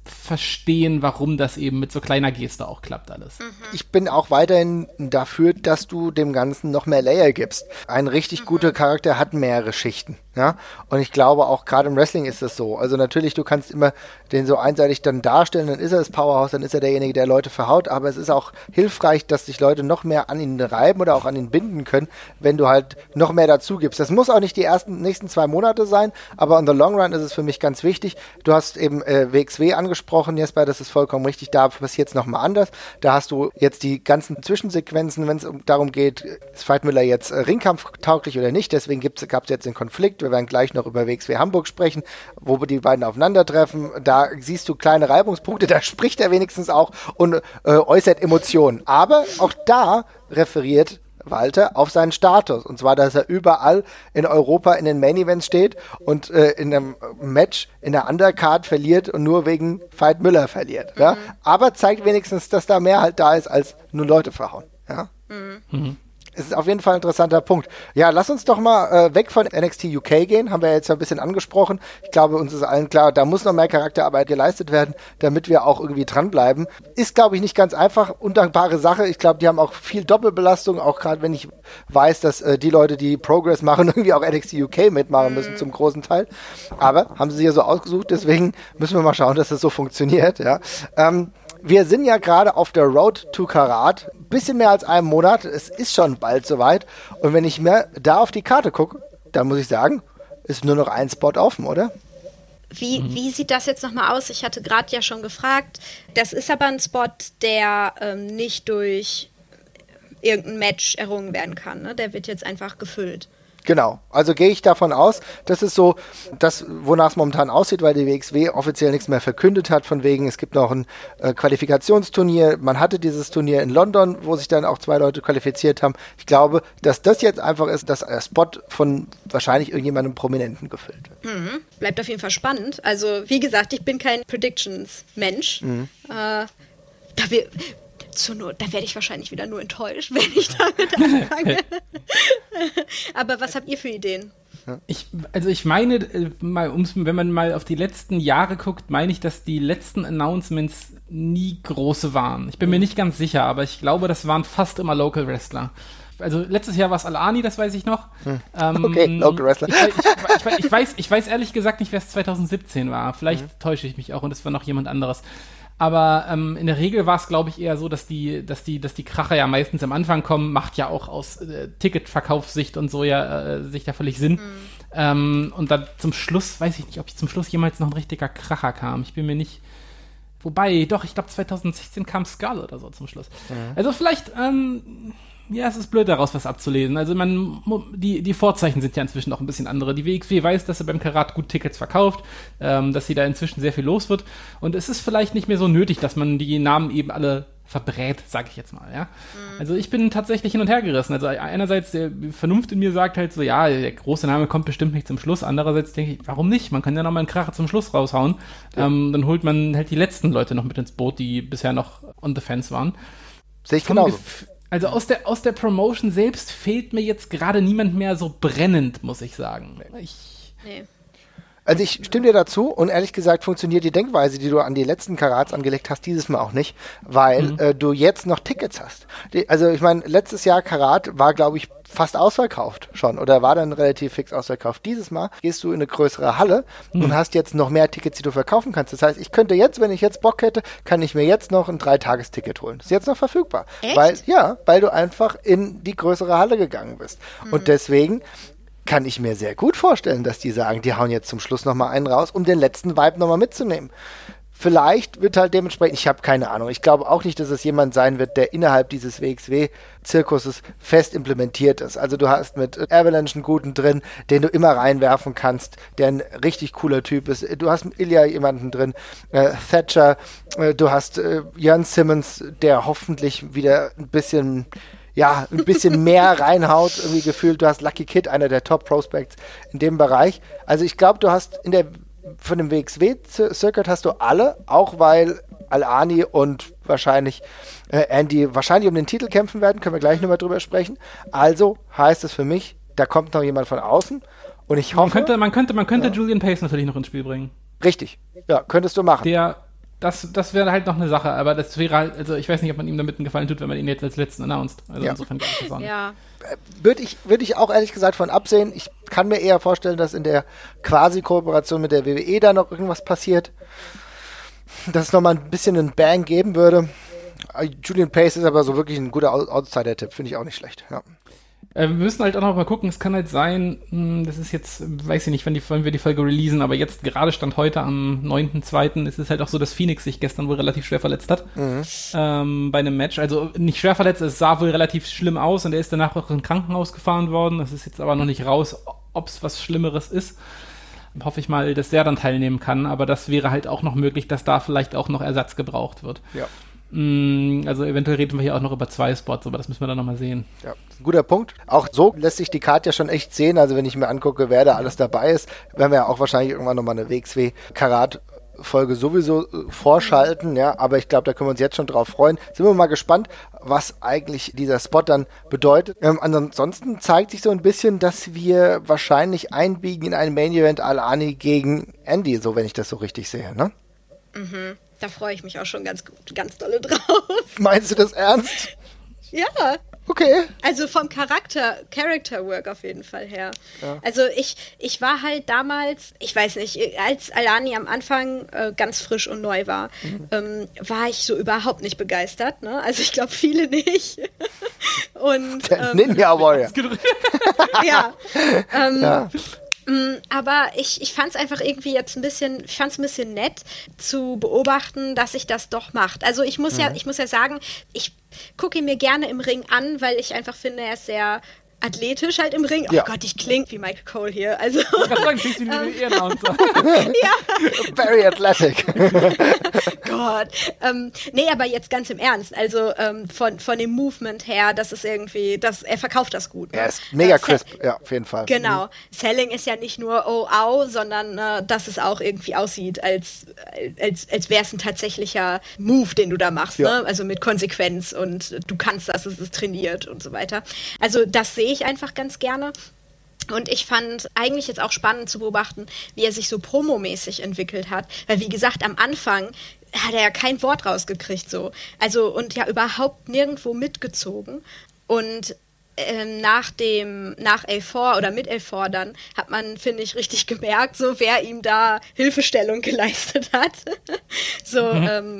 verstehen, warum das eben mit so kleiner Geste auch klappt alles. Ich bin auch weiterhin dafür, dass du dem Ganzen noch mehr Layer gibst. Ein richtig guter Charakter hat mehrere Schichten. Ja? Und ich glaube auch gerade im Wrestling ist das so. Also natürlich, du kannst immer den so einseitig dann darstellen, dann ist er das Powerhouse, dann ist er derjenige, der Leute verhaut, aber es ist auch hilfreich, dass sich Leute noch mehr an ihn reiben oder auch an ihn binden können, wenn du halt noch mehr dazu gibst. Das muss auch nicht die nächsten 2 Monate sein, aber on the long run ist es für mich ganz wichtig. Du hast eben WXW angesprochen, Jesper, das ist vollkommen richtig, da passiert es nochmal anders. Da hast du jetzt die ganzen Zwischensequenzen, wenn es darum geht, ist Veit Müller jetzt ringkampftauglich oder nicht, deswegen gab es jetzt den Konflikt. Wir werden gleich noch über WXW Hamburg sprechen, wo die beiden aufeinandertreffen. Da siehst du kleine Reibungspunkte, da spricht er wenigstens auch und äußert Emotionen. Aber auch da referiert Walter auf seinen Status. Und zwar, dass er überall in Europa in den Main Events steht und in einem Match in der Undercard verliert und nur wegen Veit Müller verliert. Ja? Aber zeigt wenigstens, dass da mehr halt da ist, als nur Leute verhauen. Ja? Es ist auf jeden Fall ein interessanter Punkt. Ja, lass uns doch mal weg von NXT UK gehen, haben wir jetzt ein bisschen angesprochen. Ich glaube, uns ist allen klar, da muss noch mehr Charakterarbeit geleistet werden, damit wir auch irgendwie dranbleiben. Ist, glaube ich, nicht ganz einfach, undankbare Sache. Ich glaube, die haben auch viel Doppelbelastung, auch gerade wenn ich weiß, dass die Leute, die Progress machen, irgendwie auch NXT UK mitmachen müssen zum großen Teil. Aber haben sie sich ja so ausgesucht, deswegen müssen wir mal schauen, dass das so funktioniert. Ja. Wir sind ja gerade auf der Road to Karat, bisschen mehr als einem Monat, es ist schon bald soweit und wenn ich mir da auf die Karte gucke, dann muss ich sagen, ist nur noch ein Spot offen, oder? Wie sieht das jetzt nochmal aus? Ich hatte gerade ja schon gefragt, das ist aber ein Spot, der nicht durch irgendein Match errungen werden kann, ne? Der wird jetzt einfach gefüllt. Genau, also gehe ich davon aus, das ist so das, wonach es momentan aussieht, weil die WXW offiziell nichts mehr verkündet hat, von wegen, es gibt noch ein Qualifikationsturnier, man hatte dieses Turnier in London, wo sich dann auch 2 Leute qualifiziert haben. Ich glaube, dass das jetzt einfach ist, dass der Spot von wahrscheinlich irgendjemandem Prominenten gefüllt wird. Bleibt auf jeden Fall spannend. Also, wie gesagt, ich bin kein Predictions-Mensch. Da werde ich wahrscheinlich wieder nur enttäuscht, wenn ich damit anfange. Aber was habt ihr für Ideen? Ich meine, wenn man mal auf die letzten Jahre guckt, meine ich, dass die letzten Announcements nie große waren. Ich bin mir nicht ganz sicher, aber ich glaube, das waren fast immer Local Wrestler. Also letztes Jahr war es Al-Ani, das weiß ich noch. Okay, Local Wrestler. Ich weiß ehrlich gesagt nicht, wer es 2017 war. Vielleicht täusche ich mich auch und es war noch jemand anderes. Aber in der Regel war es, glaube ich, eher so, dass die Kracher ja meistens am Anfang kommen, macht ja auch aus Ticketverkaufssicht und so ja sich da völlig Sinn. Und dann zum Schluss, weiß ich nicht, ob zum Schluss jemals noch ein richtiger Kracher kam. Ich bin mir nicht... Wobei, doch, ich glaube 2016 kam Skull oder so zum Schluss. Also vielleicht... es ist blöd, daraus was abzulesen. Also die Vorzeichen sind ja inzwischen auch ein bisschen andere. Die WXW weiß, dass sie beim Karat gut Tickets verkauft, dass sie da inzwischen sehr viel los wird. Und es ist vielleicht nicht mehr so nötig, dass man die Namen eben alle verbrät, sage ich jetzt mal. Ja? Also ich bin tatsächlich hin und her gerissen. Also einerseits, der Vernunft in mir sagt halt so, ja, der große Name kommt bestimmt nicht zum Schluss. Andererseits denke ich, warum nicht? Man kann ja noch mal einen Kracher zum Schluss raushauen. Ja. Dann holt man halt die letzten Leute noch mit ins Boot, die bisher noch on the fence waren. Sehe ich genauso. Also aus der Promotion selbst fehlt mir jetzt gerade niemand mehr so brennend, muss ich sagen. Nee. Also ich stimme dir dazu und ehrlich gesagt funktioniert die Denkweise, die du an die letzten Karats angelegt hast, dieses Mal auch nicht, weil du jetzt noch Tickets hast. Also ich meine, letztes Jahr Karat war, glaube ich, fast ausverkauft schon oder war dann relativ fix ausverkauft. Dieses Mal gehst du in eine größere Halle und hast jetzt noch mehr Tickets, die du verkaufen kannst. Das heißt, ich könnte jetzt, wenn ich jetzt Bock hätte, kann ich mir jetzt noch ein 3-Tages-Ticket holen. Das ist jetzt noch verfügbar. Echt? Weil du einfach in die größere Halle gegangen bist. Und deswegen kann ich mir sehr gut vorstellen, dass die sagen, die hauen jetzt zum Schluss nochmal einen raus, um den letzten Vibe nochmal mitzunehmen. Vielleicht wird halt dementsprechend, ich habe keine Ahnung, ich glaube auch nicht, dass es jemand sein wird, der innerhalb dieses WXW-Zirkuses fest implementiert ist. Also du hast mit Avalanche einen guten drin, den du immer reinwerfen kannst, der ein richtig cooler Typ ist. Du hast mit Ilya jemanden drin, Thatcher, du hast Jan Simmons, der hoffentlich wieder ein bisschen mehr reinhaut, irgendwie gefühlt. Du hast Lucky Kid, einer der Top-Prospects in dem Bereich. Also ich glaube, du hast von dem WXW-Circuit hast du alle, auch weil Al-Ani und wahrscheinlich Andy wahrscheinlich um den Titel kämpfen werden, können wir gleich nochmal drüber sprechen. Also heißt es für mich, da kommt noch jemand von außen und ich hoffe... Man könnte Julian Pace natürlich noch ins Spiel bringen. Richtig, ja, könntest du machen. Der Das wäre halt noch eine Sache, aber das wäre halt, also ich weiß nicht, ob man ihm damit einen Gefallen tut, wenn man ihn jetzt als letzten announced. Also insofern glaube ich das auch nicht. Ja. Würde ich auch ehrlich gesagt von absehen. Ich kann mir eher vorstellen, dass in der Quasi-Kooperation mit der WWE da noch irgendwas passiert. Dass es nochmal ein bisschen einen Bang geben würde. Julian Pace ist aber so wirklich ein guter Outsider-Tipp. Finde ich auch nicht schlecht. Ja. Wir müssen halt auch noch mal gucken, es kann halt sein, das ist jetzt, weiß ich nicht, wann wir die Folge releasen, aber jetzt gerade Stand heute am 9.2. ist es halt auch so, dass Phoenix sich gestern wohl relativ schwer verletzt hat bei einem Match. Also nicht schwer verletzt, es sah wohl relativ schlimm aus und er ist danach auch ins Krankenhaus gefahren worden. Das ist jetzt aber noch nicht raus, ob es was Schlimmeres ist. Hoffe ich mal, dass der dann teilnehmen kann, aber das wäre halt auch noch möglich, dass da vielleicht auch noch Ersatz gebraucht wird. Ja. Also eventuell reden wir hier auch noch über 2 Spots, aber das müssen wir dann nochmal sehen. Ja, ein guter Punkt. Auch so lässt sich die Karte ja schon echt sehen. Also wenn ich mir angucke, wer da alles dabei ist, werden wir ja auch wahrscheinlich irgendwann nochmal eine WXW-Karat-Folge sowieso vorschalten. Ja, aber ich glaube, da können wir uns jetzt schon drauf freuen. Sind wir mal gespannt, was eigentlich dieser Spot dann bedeutet. Ansonsten zeigt sich so ein bisschen, dass wir wahrscheinlich einbiegen in ein Main-Event Al-Ani gegen Andy, so wenn ich das so richtig sehe, ne? Mhm. Da freue ich mich auch schon ganz dolle drauf. Meinst du das ernst? Ja. Okay. Also vom Character Work auf jeden Fall her. Ja. Also ich war halt damals, ich weiß nicht, als Al-Ani am Anfang ganz frisch und neu war, war ich so überhaupt nicht begeistert. Ne? Also ich glaube, viele nicht. Und Ninja Warrior. Ja. Ja. Aber ich fand es einfach irgendwie jetzt ein bisschen nett zu beobachten, dass sich das doch macht. Also ich muss ja sagen, ich gucke ihn mir gerne im Ring an, weil ich einfach finde, er ist sehr athletisch halt im Ring. Oh Gott, ich klinge wie Michael Cole hier. Also, ich kann sagen, klingst wie ein Ehrenannouncer. Ja. Very athletic. Gott. Nee, aber jetzt ganz im Ernst. Also von dem Movement her, das ist irgendwie, er verkauft das gut. Ne? Er ist mega crisp, ja, auf jeden Fall. Genau. Selling ist ja nicht nur oh, au, sondern dass es auch irgendwie aussieht, als wäre es ein tatsächlicher Move, den du da machst. Ja. Ne? Also mit Konsequenz und du kannst das, es ist trainiert und so weiter. Also das sehe ich einfach ganz gerne. Und ich fand eigentlich jetzt auch spannend zu beobachten, wie er sich so promomäßig entwickelt hat. Weil, wie gesagt, am Anfang hat er ja kein Wort rausgekriegt, so. Also, und ja überhaupt nirgendwo mitgezogen. Und nach A4 oder mit A4 dann hat man, finde ich, richtig gemerkt, so wer ihm da Hilfestellung geleistet hat. So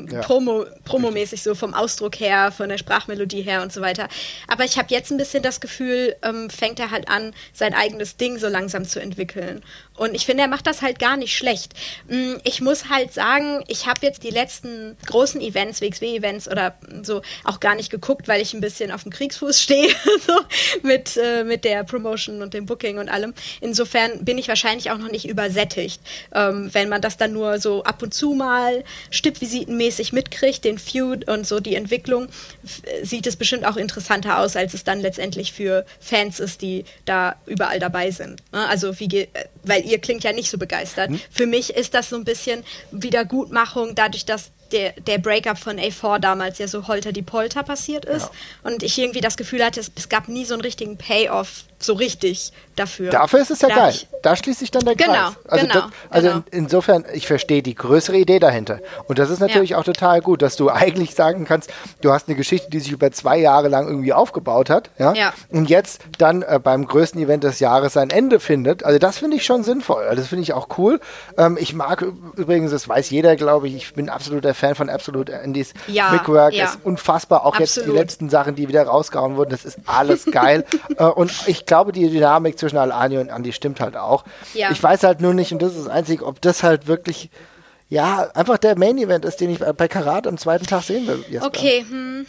promomäßig, so vom Ausdruck her, von der Sprachmelodie her und so weiter. Aber ich habe jetzt ein bisschen das Gefühl, fängt er halt an, sein eigenes Ding so langsam zu entwickeln. Und ich finde, er macht das halt gar nicht schlecht. Ich muss halt sagen, ich habe jetzt die letzten großen Events, WXW-Events oder so, auch gar nicht geguckt, weil ich ein bisschen auf dem Kriegsfuß stehe, so mit der Promotion und dem Booking und allem. Insofern bin ich wahrscheinlich auch noch nicht übersättigt. Wenn man das dann nur so ab und zu mal stippvisitenmäßig mitkriegt, den Feud und so die Entwicklung, sieht es bestimmt auch interessanter aus, als es dann letztendlich für Fans ist, die da überall dabei sind. Also weil ihr klingt ja nicht so begeistert. Für mich ist das so ein bisschen Wiedergutmachung, dadurch, dass der Breakup von A4 damals ja so holter-die-Polter passiert ist. Ja. Und ich irgendwie das Gefühl hatte, es gab nie so einen richtigen Payoff so richtig dafür. Dafür ist es ja geil. Da schließt sich dann der Kreis. Also insofern, ich verstehe die größere Idee dahinter. Und das ist natürlich auch total gut, dass du eigentlich sagen kannst, du hast eine Geschichte, die sich über 2 Jahre lang irgendwie aufgebaut hat. Ja? Und jetzt dann beim größten Event des Jahres sein Ende findet. Also das finde ich schon sinnvoll. Also das finde ich auch cool. Ich mag übrigens, das weiß jeder, glaube ich bin absoluter Fan von Absolute Andys Mickwork. Das ist unfassbar. Auch jetzt die letzten Sachen, die wieder rausgehauen wurden, das ist alles geil. Und ich glaube, die Dynamik zwischen Al-Ani und Andy stimmt halt auch. Ja. Ich weiß halt nur nicht, und das ist das Einzige, ob das halt wirklich, einfach der Main-Event ist, den ich bei Karat am zweiten Tag sehen will. Jesper. Okay.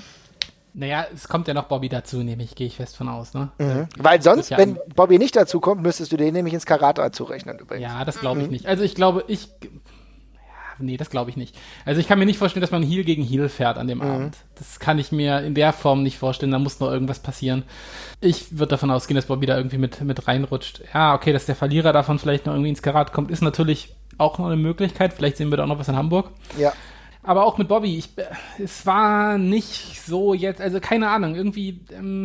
Naja, es kommt ja noch Bobby dazu, gehe ich fest von aus, ne? Weil sonst, wenn Bobby nicht dazu kommt, müsstest du den nämlich ins Karat dazu rechnen übrigens. Ja, das glaube ich nicht. Also ich glaube, nee, das glaube ich nicht. Also ich kann mir nicht vorstellen, dass man Heel gegen Heel fährt an dem Abend. Das kann ich mir in der Form nicht vorstellen. Da muss noch irgendwas passieren. Ich würde davon ausgehen, dass Bobby da irgendwie mit reinrutscht. Ja, okay, dass der Verlierer davon vielleicht noch irgendwie ins Karat kommt, ist natürlich auch noch eine Möglichkeit. Vielleicht sehen wir da auch noch was in Hamburg. Ja. Aber auch mit Bobby, es war nicht so jetzt, also keine Ahnung, irgendwie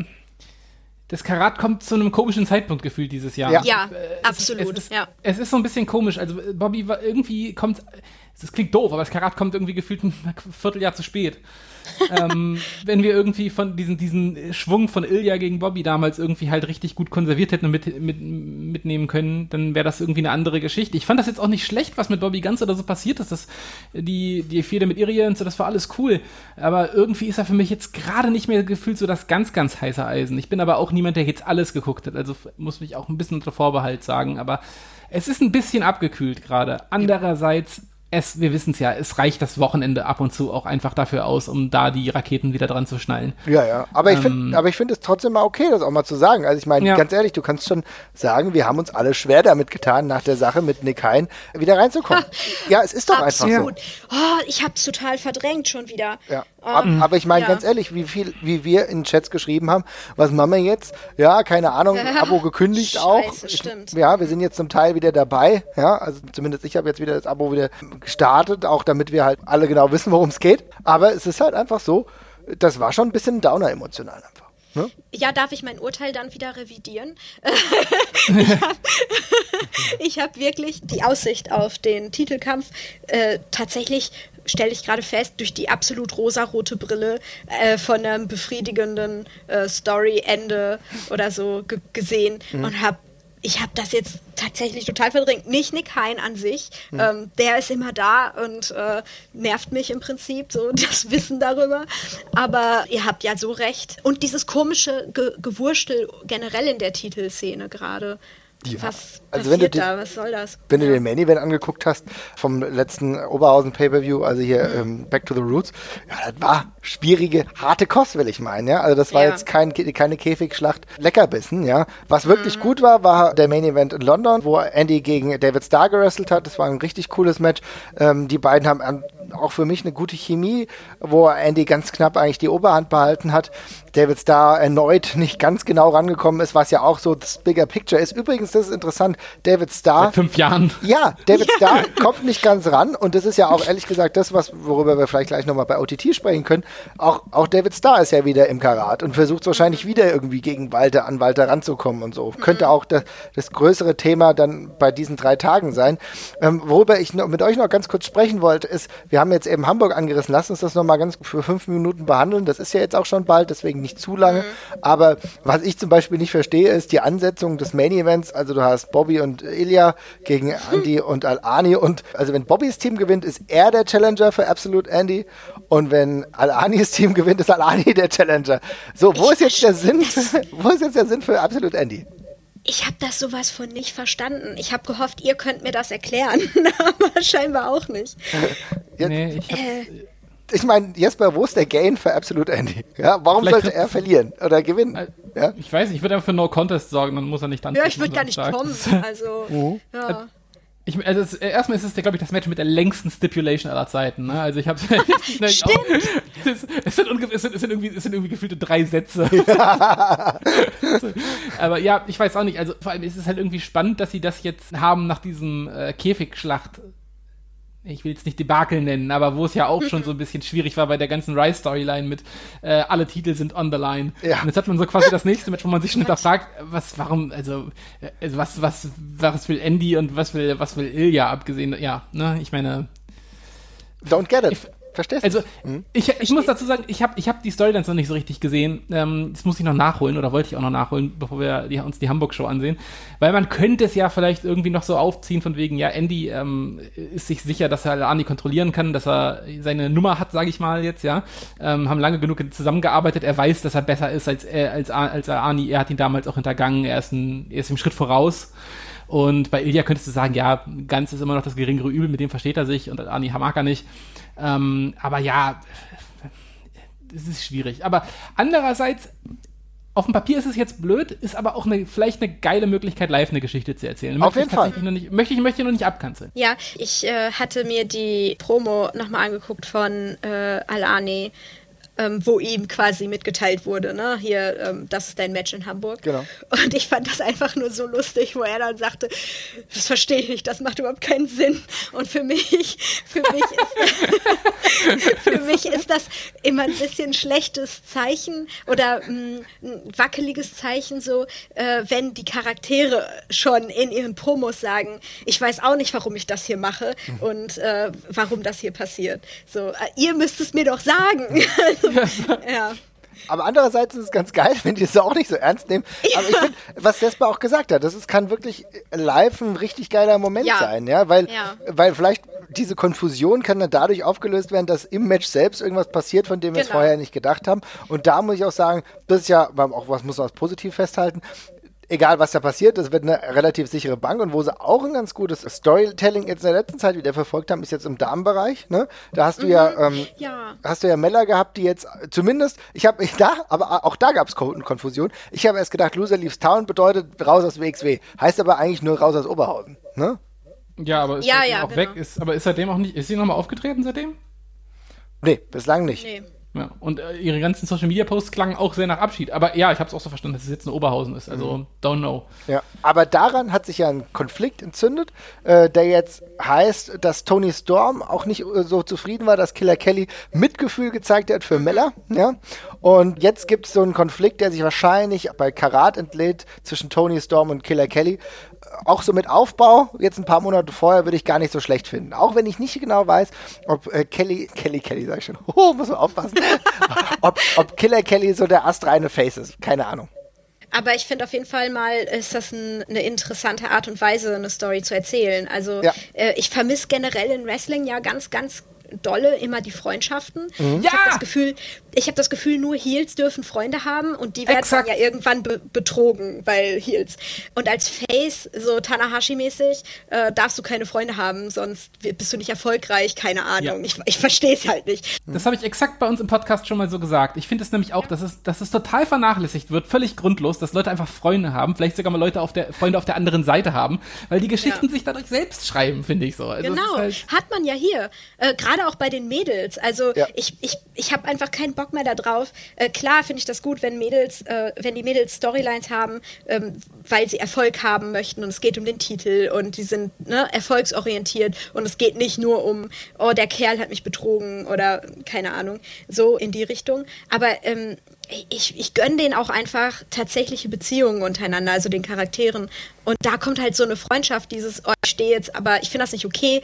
das Karat kommt zu einem komischen Zeitpunkt gefühlt dieses Jahr. Ja, absolut. Es ist so ein bisschen komisch. Also Bobby war irgendwie das klingt doof, aber das Karat kommt irgendwie gefühlt ein Vierteljahr zu spät. Wenn wir irgendwie von diesen Schwung von Ilja gegen Bobby damals irgendwie halt richtig gut konserviert hätten und mitnehmen können, dann wäre das irgendwie eine andere Geschichte. Ich fand das jetzt auch nicht schlecht, was mit Bobby Guns oder so passiert ist. Die Fehde mit Ilja und so, das war alles cool. Aber irgendwie ist er für mich jetzt gerade nicht mehr gefühlt so das ganz, ganz heiße Eisen. Ich bin aber auch niemand, der jetzt alles geguckt hat. Also muss mich auch ein bisschen unter Vorbehalt sagen. Aber es ist ein bisschen abgekühlt gerade. Andererseits wir wissen es ja, es reicht das Wochenende ab und zu auch einfach dafür aus, um da die Raketen wieder dran zu schnallen. Ja. Aber ich finde es trotzdem mal okay, das auch mal zu sagen. Also ich meine, ganz ehrlich, du kannst schon sagen, wir haben uns alle schwer damit getan, nach der Sache mit Nick Hein wieder reinzukommen. Ja, es ist doch Absolut. einfach so. Oh, ich hab's total verdrängt schon wieder. Ja. Aber ich meine, ganz ehrlich, wie wir in Chats geschrieben haben, was machen wir jetzt? Ja, keine Ahnung, Abo gekündigt auch. Stimmt. Ja, wir sind jetzt zum Teil wieder dabei. Ja, also zumindest ich habe jetzt wieder das Abo wieder gestartet, auch damit wir halt alle genau wissen, worum es geht. Aber es ist halt einfach so, das war schon ein bisschen Downer emotional einfach. Ne? Ja, darf ich mein Urteil dann wieder revidieren? Ich hab wirklich die Aussicht auf den Titelkampf tatsächlich, stelle ich gerade fest, durch die absolut rosarote Brille von einem befriedigenden Story-Ende oder so gesehen und ich habe das jetzt tatsächlich total verdrängt. Nicht Nick Hein an sich, der ist immer da und nervt mich im Prinzip, so das Wissen darüber. Aber ihr habt ja so recht. Und dieses komische Gewurschtel generell in der Titelszene gerade. Ja. Was also passiert da? Was soll das? Wenn du den Main Event angeguckt hast vom letzten Oberhausen Pay-Per-View, also hier Back to the Roots, ja, das war schwierige, harte Kost, will ich meinen. Ja? Also das war jetzt keine Käfigschlacht, Leckerbissen. Ja? Was wirklich gut war der Main Event in London, wo Andy gegen David Starr gewrestelt hat. Das war ein richtig cooles Match. Die beiden haben auch für mich eine gute Chemie, wo Andy ganz knapp eigentlich die Oberhand behalten hat. David Starr erneut nicht ganz genau rangekommen ist, was ja auch so das Bigger Picture ist. Übrigens, das ist interessant, David Starr... Seit 5 Jahren. Ja, David Starr kommt nicht ganz ran und das ist ja auch ehrlich gesagt das, worüber wir vielleicht gleich nochmal bei OTT sprechen können. Auch David Starr ist ja wieder im Karat und versucht wahrscheinlich wieder irgendwie gegen Walter ranzukommen und so. Könnte auch das größere Thema dann bei diesen 3 Tagen sein. Worüber ich mit euch noch ganz kurz sprechen wollte, ist, wir haben jetzt eben Hamburg angerissen. Lasst uns das nochmal ganz für 5 Minuten behandeln. Das ist ja jetzt auch schon bald, deswegen nicht zu lange. Aber was ich zum Beispiel nicht verstehe, ist die Ansetzung des Main Events. Also du hast Bobby und Ilja gegen Andy und Al-Ani. Und also wenn Bobbys Team gewinnt, ist er der Challenger für Absolute Andy. Und wenn Al-Anis Team gewinnt, ist Al-Ani der Challenger. So, wo ist jetzt der Sinn für Absolute Andy? Ich habe das sowas von nicht verstanden. Ich habe gehofft, ihr könnt mir das erklären, aber scheinbar auch nicht. Nee, ich meine, Jesper, wo ist der Gain für Absolute Andy? Ja, warum sollte er verlieren oder gewinnen? Ja? Ich weiß nicht, ich würde einfach für No Contest sorgen, dann muss er nicht dann. Ja, ich würde gar nicht kommen. Also, ja. Erstmal ist es, glaube ich, das Match mit der längsten Stipulation aller Zeiten. Ne? Also ich habe es sind irgendwie gefühlte 3 Sätze. Ja. Aber ja, ich weiß auch nicht. Also vor allem ist es halt irgendwie spannend, dass sie das jetzt haben nach diesem Käfigschlacht. Ich will es nicht Debakel nennen, aber wo es ja auch schon so ein bisschen schwierig war bei der ganzen Rise-Storyline mit alle Titel sind on the line. Ja. Und jetzt hat man so quasi das nächste Match, wo man sich schon hinterfragt, was will Andy und was will Ilja, abgesehen, ja, ne, ich meine... Don't get it. Verstehst du? Also, ich muss dazu sagen, ich hab die Storylines noch nicht so richtig gesehen. Das muss ich noch nachholen oder wollte ich auch noch nachholen, bevor wir uns die Hamburg-Show ansehen. Weil man könnte es ja vielleicht irgendwie noch so aufziehen von wegen, ja, Andy ist sich sicher, dass er Al-Ani kontrollieren kann, dass er seine Nummer hat, sage ich mal jetzt, ja. Haben lange genug zusammengearbeitet. Er weiß, dass er besser ist als Al-Ani. Er hat ihn damals auch hintergangen. Er ist im Schritt voraus. Und bei Ilja könntest du sagen, ja, Ganz ist immer noch das geringere Übel, mit dem versteht er sich und Al-Ani mag er nicht. Aber ja, es ist schwierig. Aber andererseits, auf dem Papier ist es jetzt blöd, ist aber auch vielleicht eine geile Möglichkeit, live eine Geschichte zu erzählen. Auf jeden Fall. Möchte ich noch nicht abkanzeln. Ja, ich hatte mir die Promo nochmal angeguckt von Al-Ani. wo ihm quasi mitgeteilt wurde, ne, hier, das ist dein Match in Hamburg. Genau. Und ich fand das einfach nur so lustig, wo er dann sagte, das verstehe ich nicht, das macht überhaupt keinen Sinn. Und für mich ist das immer ein bisschen schlechtes Zeichen oder ein wackeliges Zeichen, so, wenn die Charaktere schon in ihren Promos sagen, ich weiß auch nicht, warum ich das hier mache und warum das hier passiert. So, ihr müsst es mir doch sagen. Also, ja. Aber andererseits ist es ganz geil, wenn die es auch nicht so ernst nehmen. Aber ich finde, was Jesper auch gesagt hat, kann wirklich live ein richtig geiler Moment sein, ja, weil vielleicht diese Konfusion kann dann dadurch aufgelöst werden, dass im Match selbst irgendwas passiert, von dem wir es vorher nicht gedacht haben. Und da muss ich auch sagen, das ist ja auch was, muss man als positiv festhalten. Egal, was da passiert, das wird eine relativ sichere Bank. Und wo sie auch ein ganz gutes Storytelling jetzt in der letzten Zeit wieder verfolgt haben, ist jetzt im Damenbereich. Ne? Da hast du hast du ja Mella gehabt, die jetzt zumindest, aber auch da gab es Konfusion. Ich habe erst gedacht, Loser leaves Town bedeutet raus aus WXW. Heißt aber eigentlich nur raus aus Oberhausen. Ne? Ja, aber ist auch genau. Weg. Ist seitdem auch nicht, ist sie nochmal aufgetreten seitdem? Nee, bislang nicht. Nee. Ja, und ihre ganzen Social-Media-Posts klangen auch sehr nach Abschied. Aber ja, ich habe es auch so verstanden, dass es jetzt in Oberhausen ist. Also, don't know. Ja, aber daran hat sich ja ein Konflikt entzündet, der jetzt heißt, dass Toni Storm auch nicht so zufrieden war, dass Killer Kelly Mitgefühl gezeigt hat für Mella. Ja? Und jetzt gibt es so einen Konflikt, der sich wahrscheinlich bei Karat entlädt zwischen Toni Storm und Killer Kelly. Auch so mit Aufbau, jetzt ein paar Monate vorher, würde ich gar nicht so schlecht finden. Auch wenn ich nicht genau weiß, ob Kelly sag ich schon, muss man aufpassen, ob Killer Kelly so der astreine Face ist. Keine Ahnung. Aber ich finde auf jeden Fall mal, ist das eine interessante Art und Weise, eine Story zu erzählen. Also ich vermisse generell in Wrestling ja ganz, ganz dolle immer die Freundschaften. Ich habe das Gefühl, nur Heels dürfen Freunde haben und die werden dann ja irgendwann betrogen, weil Heels. Und als Face, so Tanahashi-mäßig, darfst du keine Freunde haben, sonst bist du nicht erfolgreich, keine Ahnung. Ja. Ich verstehe es halt nicht. Das habe ich exakt bei uns im Podcast schon mal so gesagt. Ich finde es nämlich auch, dass es total vernachlässigt wird, völlig grundlos, dass Leute einfach Freunde haben, vielleicht sogar mal Freunde auf der anderen Seite haben, weil die Geschichten sich dadurch selbst schreiben, finde ich so. Also genau, hat man ja hier. Gerade auch bei den Mädels. Also ich habe einfach keinen Bock mehr da drauf. Klar finde ich das gut, wenn die Mädels Storylines haben, weil sie Erfolg haben möchten und es geht um den Titel und die sind erfolgsorientiert und es geht nicht nur um, oh, der Kerl hat mich betrogen oder keine Ahnung, so in die Richtung. Aber ich gönne denen auch einfach tatsächliche Beziehungen untereinander, also den Charakteren. Und da kommt halt so eine Freundschaft, dieses, oh, ich stehe jetzt, aber ich finde das nicht okay,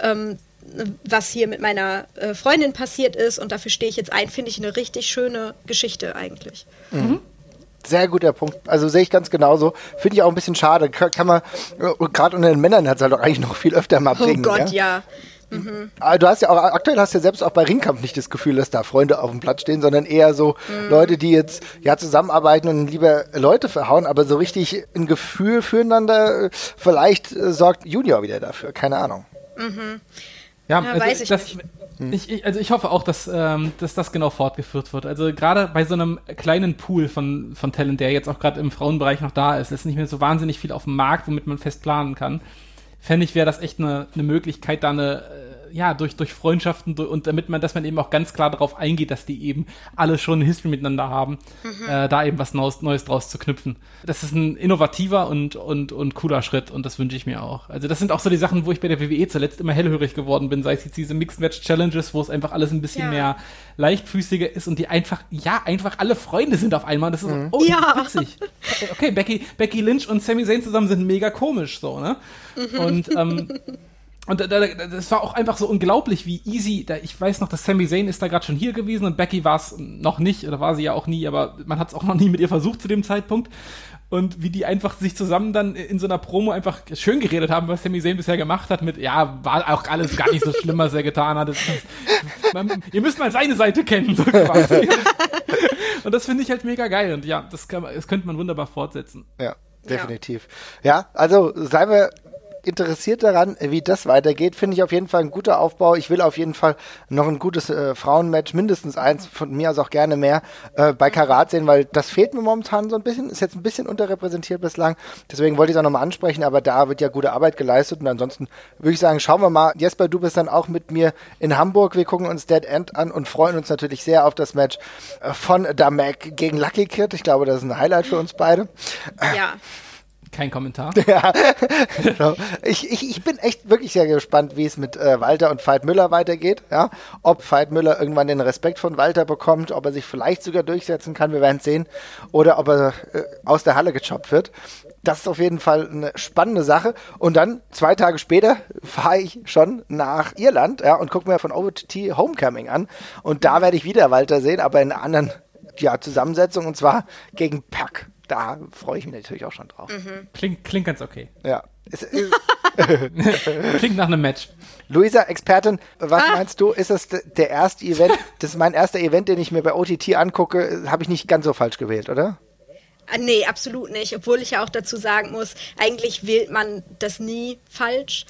was hier mit meiner Freundin passiert ist und dafür stehe ich jetzt ein, finde ich eine richtig schöne Geschichte eigentlich. Mhm. Sehr guter Punkt. Also sehe ich ganz genauso. Finde ich auch ein bisschen schade. Kann man, gerade unter den Männern hat es halt auch eigentlich noch viel öfter mal bringen. Oh Gott, ja. Mhm. Aber du hast ja auch, aktuell hast du ja selbst auch bei Ringkampf nicht das Gefühl, dass da Freunde auf dem Platz stehen, sondern eher so Leute, die jetzt zusammenarbeiten und lieber Leute verhauen, aber so richtig ein Gefühl füreinander, vielleicht sorgt Junior wieder dafür. Keine Ahnung. Mhm. Ja, also weiß ich nicht. Ich hoffe auch, dass das genau fortgeführt wird. Also gerade bei so einem kleinen Pool von Talent, der jetzt auch gerade im Frauenbereich noch da ist nicht mehr so wahnsinnig viel auf dem Markt, womit man fest planen kann. Fände ich, wäre das echt eine Möglichkeit, da durch Freundschaften und dass man eben auch ganz klar darauf eingeht, dass die eben alle schon eine History miteinander haben, da eben was Neues draus zu knüpfen. Das ist ein innovativer und cooler Schritt und das wünsche ich mir auch. Also das sind auch so die Sachen, wo ich bei der WWE zuletzt immer hellhörig geworden bin, sei es jetzt diese Mixed Match Challenges, wo es einfach alles ein bisschen mehr leichtfüßiger ist und die einfach alle Freunde sind auf einmal. Das ist witzig. Okay, Becky Lynch und Sami Zayn zusammen sind mega komisch, so, ne? Und das war auch einfach so unglaublich, wie easy, ich weiß noch, dass Sami Zayn ist da gerade schon hier gewesen und Becky war es noch nicht, oder war sie ja auch nie, aber man hat es auch noch nie mit ihr versucht zu dem Zeitpunkt. Und wie die einfach sich zusammen dann in so einer Promo einfach schön geredet haben, was Sami Zayn bisher gemacht hat mit, war auch alles gar nicht so schlimm, was er getan hat. Ihr müsst mal seine Seite kennen, so quasi. Und das finde ich halt mega geil und das könnte man wunderbar fortsetzen. Ja, definitiv. Ja, also seien wir interessiert daran, wie das weitergeht. Finde ich auf jeden Fall ein guter Aufbau. Ich will auf jeden Fall noch ein gutes Frauenmatch, mindestens eins, von mir aus auch gerne mehr, bei Karat sehen, weil das fehlt mir momentan so ein bisschen. Ist jetzt ein bisschen unterrepräsentiert bislang. Deswegen wollte ich es auch nochmal ansprechen, aber da wird ja gute Arbeit geleistet. Und ansonsten würde ich sagen, schauen wir mal. Jesper, du bist dann auch mit mir in Hamburg. Wir gucken uns Dead End an und freuen uns natürlich sehr auf das Match von Damek gegen Lucky Kid. Ich glaube, das ist ein Highlight für uns beide. Ja. Kein Kommentar. Ja, genau. Ich bin echt wirklich sehr gespannt, wie es mit Walter und Veit Müller weitergeht. Ja? Ob Veit Müller irgendwann den Respekt von Walter bekommt, ob er sich vielleicht sogar durchsetzen kann, wir werden es sehen. Oder ob er aus der Halle gechoppt wird. Das ist auf jeden Fall eine spannende Sache. Und dann, 2 Tage später, fahre ich schon nach Irland, ja, und gucke mir von OTT Homecoming an. Und da werde ich wieder Walter sehen, aber in einer anderen Zusammensetzung, und zwar gegen Pac. Da freue ich mich natürlich auch schon drauf. Klingt ganz okay. Ja. Klingt nach einem Match. Luisa, Expertin, was meinst du? Ist das der erste Event? Das ist mein erster Event, den ich mir bei OTT angucke. Habe ich nicht ganz so falsch gewählt, oder? Nee, absolut nicht. Obwohl ich ja auch dazu sagen muss, eigentlich wählt man das nie falsch.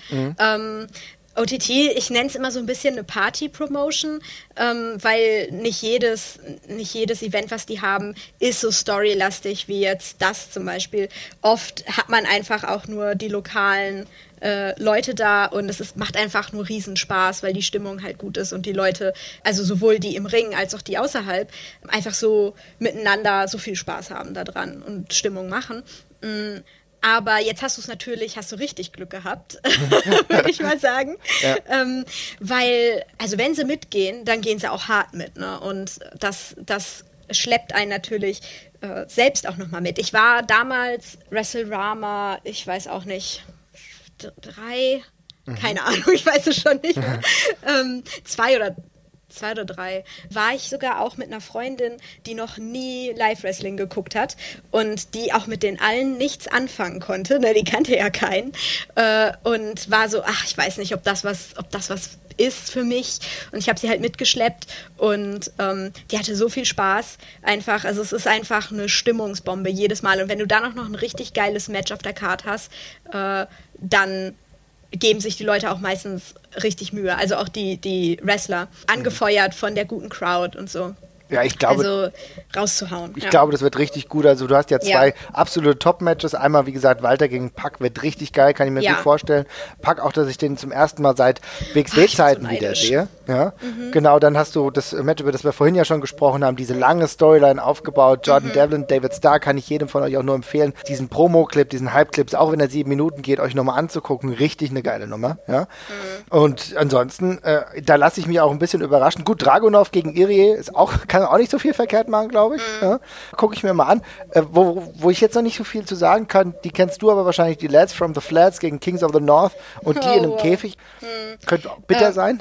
OTT, ich nenne es immer so ein bisschen eine Party-Promotion, weil nicht jedes Event, was die haben, ist so storylastig wie jetzt das zum Beispiel. Oft hat man einfach auch nur die lokalen Leute da und macht einfach nur Riesenspaß, weil die Stimmung halt gut ist und die Leute, also sowohl die im Ring als auch die außerhalb, einfach so miteinander so viel Spaß haben da dran und Stimmung machen. Aber jetzt hast du richtig Glück gehabt, würde ich mal sagen. Ja. Weil, also wenn sie mitgehen, dann gehen sie auch hart mit. Ne? Und das schleppt einen natürlich selbst auch nochmal mit. Ich war damals WrestleRama, ich weiß auch nicht, 3, keine Ahnung, ich weiß es schon nicht mehr. 2 oder 3, war ich sogar auch mit einer Freundin, die noch nie Live-Wrestling geguckt hat und die auch mit den allen nichts anfangen konnte, ne, die kannte ja keinen, und war so, ich weiß nicht, ob das was ist für mich, und ich habe sie halt mitgeschleppt und die hatte so viel Spaß, einfach, also es ist einfach eine Stimmungsbombe jedes Mal, und wenn du dann auch noch ein richtig geiles Match auf der Card hast, dann geben sich die Leute auch meistens richtig Mühe. Also auch die Wrestler, angefeuert von der guten Crowd und so. Ja, ich glaube, also rauszuhauen. Ich glaube, das wird richtig gut. Also du hast ja 2 absolute Top-Matches. Einmal, wie gesagt, Walter gegen Pac wird richtig geil, kann ich mir gut vorstellen. Pac auch, dass ich den zum ersten Mal seit WXW-Zeiten wieder sehe. Ja? Genau, dann hast du das Match, über das wir vorhin ja schon gesprochen haben, diese lange Storyline aufgebaut. Jordan Devlin, David Starr, kann ich jedem von euch auch nur empfehlen, diesen Promo-Clip, diesen Hype-Clips, auch wenn er 7 Minuten geht, euch nochmal anzugucken. Richtig eine geile Nummer. Ja? Und ansonsten, da lasse ich mich auch ein bisschen überraschen. Gut, Dragunov gegen Irie ist auch, kann auch nicht so viel verkehrt machen, glaube ich. Ja. Gucke ich mir mal an. Wo ich jetzt noch nicht so viel zu sagen kann, die kennst du aber wahrscheinlich, die Lads from the Flats gegen Kings of the North und die in einem Käfig. Könnte bitter sein.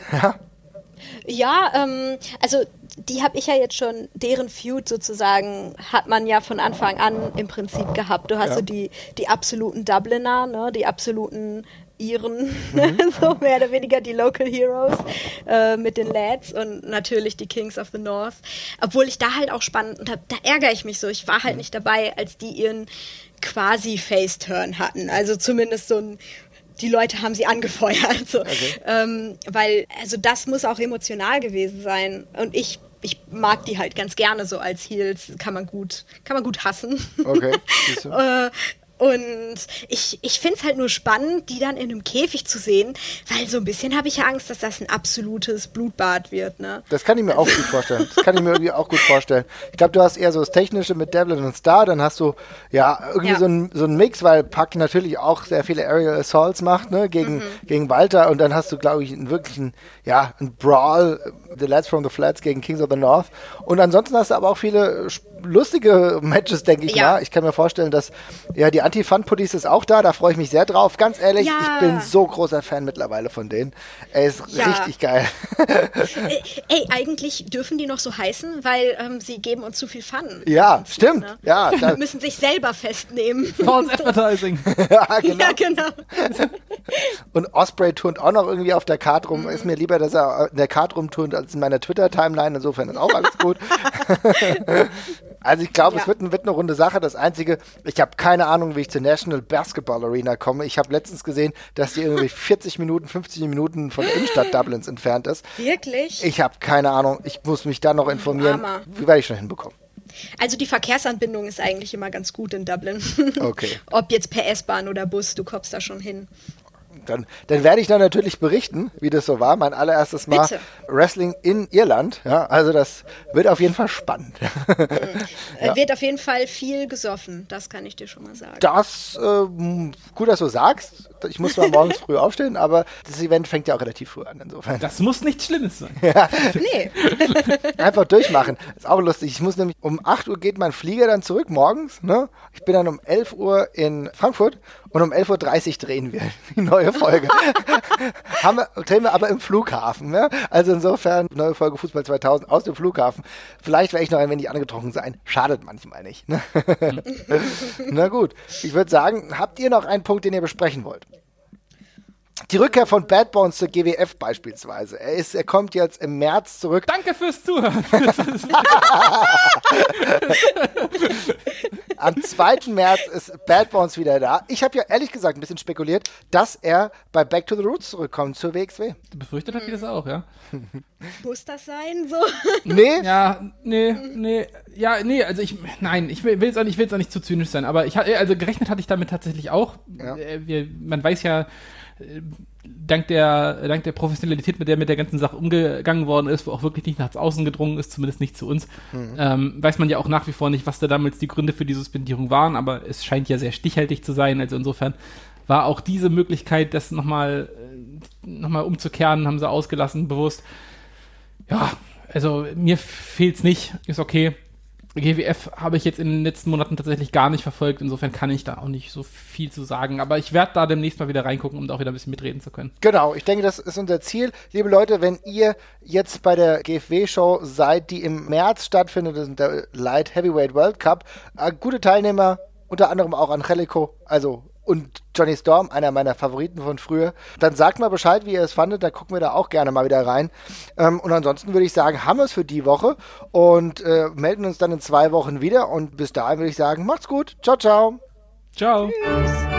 Ja, also die habe ich ja jetzt schon, deren Feud sozusagen hat man ja von Anfang an im Prinzip gehabt. Du hast so die absoluten Dubliner, ne, die absoluten Iren, so mehr oder weniger die Local Heroes mit den Lads und natürlich die Kings of the North. Obwohl ich da halt auch spannend, und da ärgere ich mich so, ich war halt nicht dabei, als die ihren quasi Face-Turn hatten. Also zumindest die Leute haben sie angefeuert. So. Okay. Weil, also das muss auch emotional gewesen sein. Und ich mag die halt ganz gerne so als Heels, kann man gut hassen. Okay. Und ich finde es halt nur spannend, die dann in einem Käfig zu sehen, weil so ein bisschen habe ich ja Angst, dass das ein absolutes Blutbad wird. Ne? Das kann ich mir auch gut vorstellen. Das kann ich mir irgendwie auch gut vorstellen. Ich glaube, du hast eher so das Technische mit Devlin und Starr, dann hast du so einen Mix, weil Pac natürlich auch sehr viele Aerial Assaults macht, ne, gegen Walter, und dann hast du, glaube ich, einen Brawl, The Lads from the Flats gegen Kings of the North, und ansonsten hast du aber auch viele lustige Matches, denke ich mal. Ich kann mir vorstellen, dass die Anti-Fun-Putties ist auch da freue ich mich sehr drauf. Ganz ehrlich, ich bin so großer Fan mittlerweile von denen. Er ist richtig geil. Eigentlich dürfen die noch so heißen, weil sie geben uns zu viel Fun. Ja, stimmt. Ne? Ja, die müssen sich selber festnehmen. False Advertising. Ja, genau. Und Osprey turnt auch noch irgendwie auf der Card rum. Ist mir lieber, dass er in der Card rumturnt, als in meiner Twitter-Timeline. Insofern ist auch alles gut. Also ich glaube, es wird eine runde Sache. Das Einzige, ich habe keine Ahnung, wie ich zur National Basketball Arena komme. Ich habe letztens gesehen, dass die irgendwie 50 Minuten von der Innenstadt Dublins entfernt ist. Wirklich? Ich habe keine Ahnung. Ich muss mich da noch informieren. Wie werde ich schon hinbekommen? Also die Verkehrsanbindung ist eigentlich immer ganz gut in Dublin. Okay. Ob jetzt per S-Bahn oder Bus, du kommst da schon hin. Dann werde ich dann natürlich berichten, wie das so war. Mein allererstes Mal Wrestling in Irland. Ja, also das wird auf jeden Fall spannend. Wird auf jeden Fall viel gesoffen, das kann ich dir schon mal sagen. Das, gut, dass du sagst. Ich muss mal morgens früh aufstehen, aber das Event fängt ja auch relativ früh an. Insofern. Das muss nichts Schlimmes sein. Ja. Nee. Einfach durchmachen. Ist auch lustig. Ich muss nämlich, um 8 Uhr geht mein Flieger dann zurück morgens. Ne? Ich bin dann um 11 Uhr in Frankfurt und um 11.30 Uhr drehen wir die neue Folge. Drehen wir aber im Flughafen. Ne? Also insofern, neue Folge Fußball 2000 aus dem Flughafen. Vielleicht werde ich noch ein wenig angetrunken sein. Schadet manchmal nicht. Ne? Na gut. Ich würde sagen, habt ihr noch einen Punkt, den ihr besprechen wollt? Die Rückkehr von Bad Bones zur GWF beispielsweise. Er kommt jetzt im März zurück. Danke fürs Zuhören. Am 2. März ist Bad Bones wieder da. Ich habe ja ehrlich gesagt ein bisschen spekuliert, dass er bei Back to the Roots zurückkommt, zur WXW. Befürchtet habt ihr das auch, ja? Muss das sein, so? Nee? Ja, nee. Ja, nee, also ich will jetzt auch nicht zu zynisch sein, aber also gerechnet hatte ich damit tatsächlich auch. Ja. Man weiß ja, dank der Professionalität, mit der ganzen Sache umgegangen worden ist, wo auch wirklich nicht nach außen gedrungen ist, zumindest nicht zu uns, weiß man ja auch nach wie vor nicht, was da damals die Gründe für die Suspendierung waren, aber es scheint ja sehr stichhaltig zu sein, also insofern war auch diese Möglichkeit, das nochmal umzukehren, haben sie ausgelassen, bewusst. Ja, also mir fehlt's nicht, ist okay. GWF habe ich jetzt in den letzten Monaten tatsächlich gar nicht verfolgt, insofern kann ich da auch nicht so viel zu sagen, aber ich werde da demnächst mal wieder reingucken, um da auch wieder ein bisschen mitreden zu können. Genau, ich denke, das ist unser Ziel. Liebe Leute, wenn ihr jetzt bei der GFW-Show seid, die im März stattfindet, das ist der Light Heavyweight World Cup, gute Teilnehmer, unter anderem auch Angelico, und Johnny Storm, einer meiner Favoriten von früher. Dann sagt mal Bescheid, wie ihr es fandet, da gucken wir da auch gerne mal wieder rein. Und ansonsten würde ich sagen, haben wir es für die Woche und melden uns dann in 2 Wochen wieder. Und bis dahin würde ich sagen, macht's gut. Ciao, ciao. Ciao. Tschüss.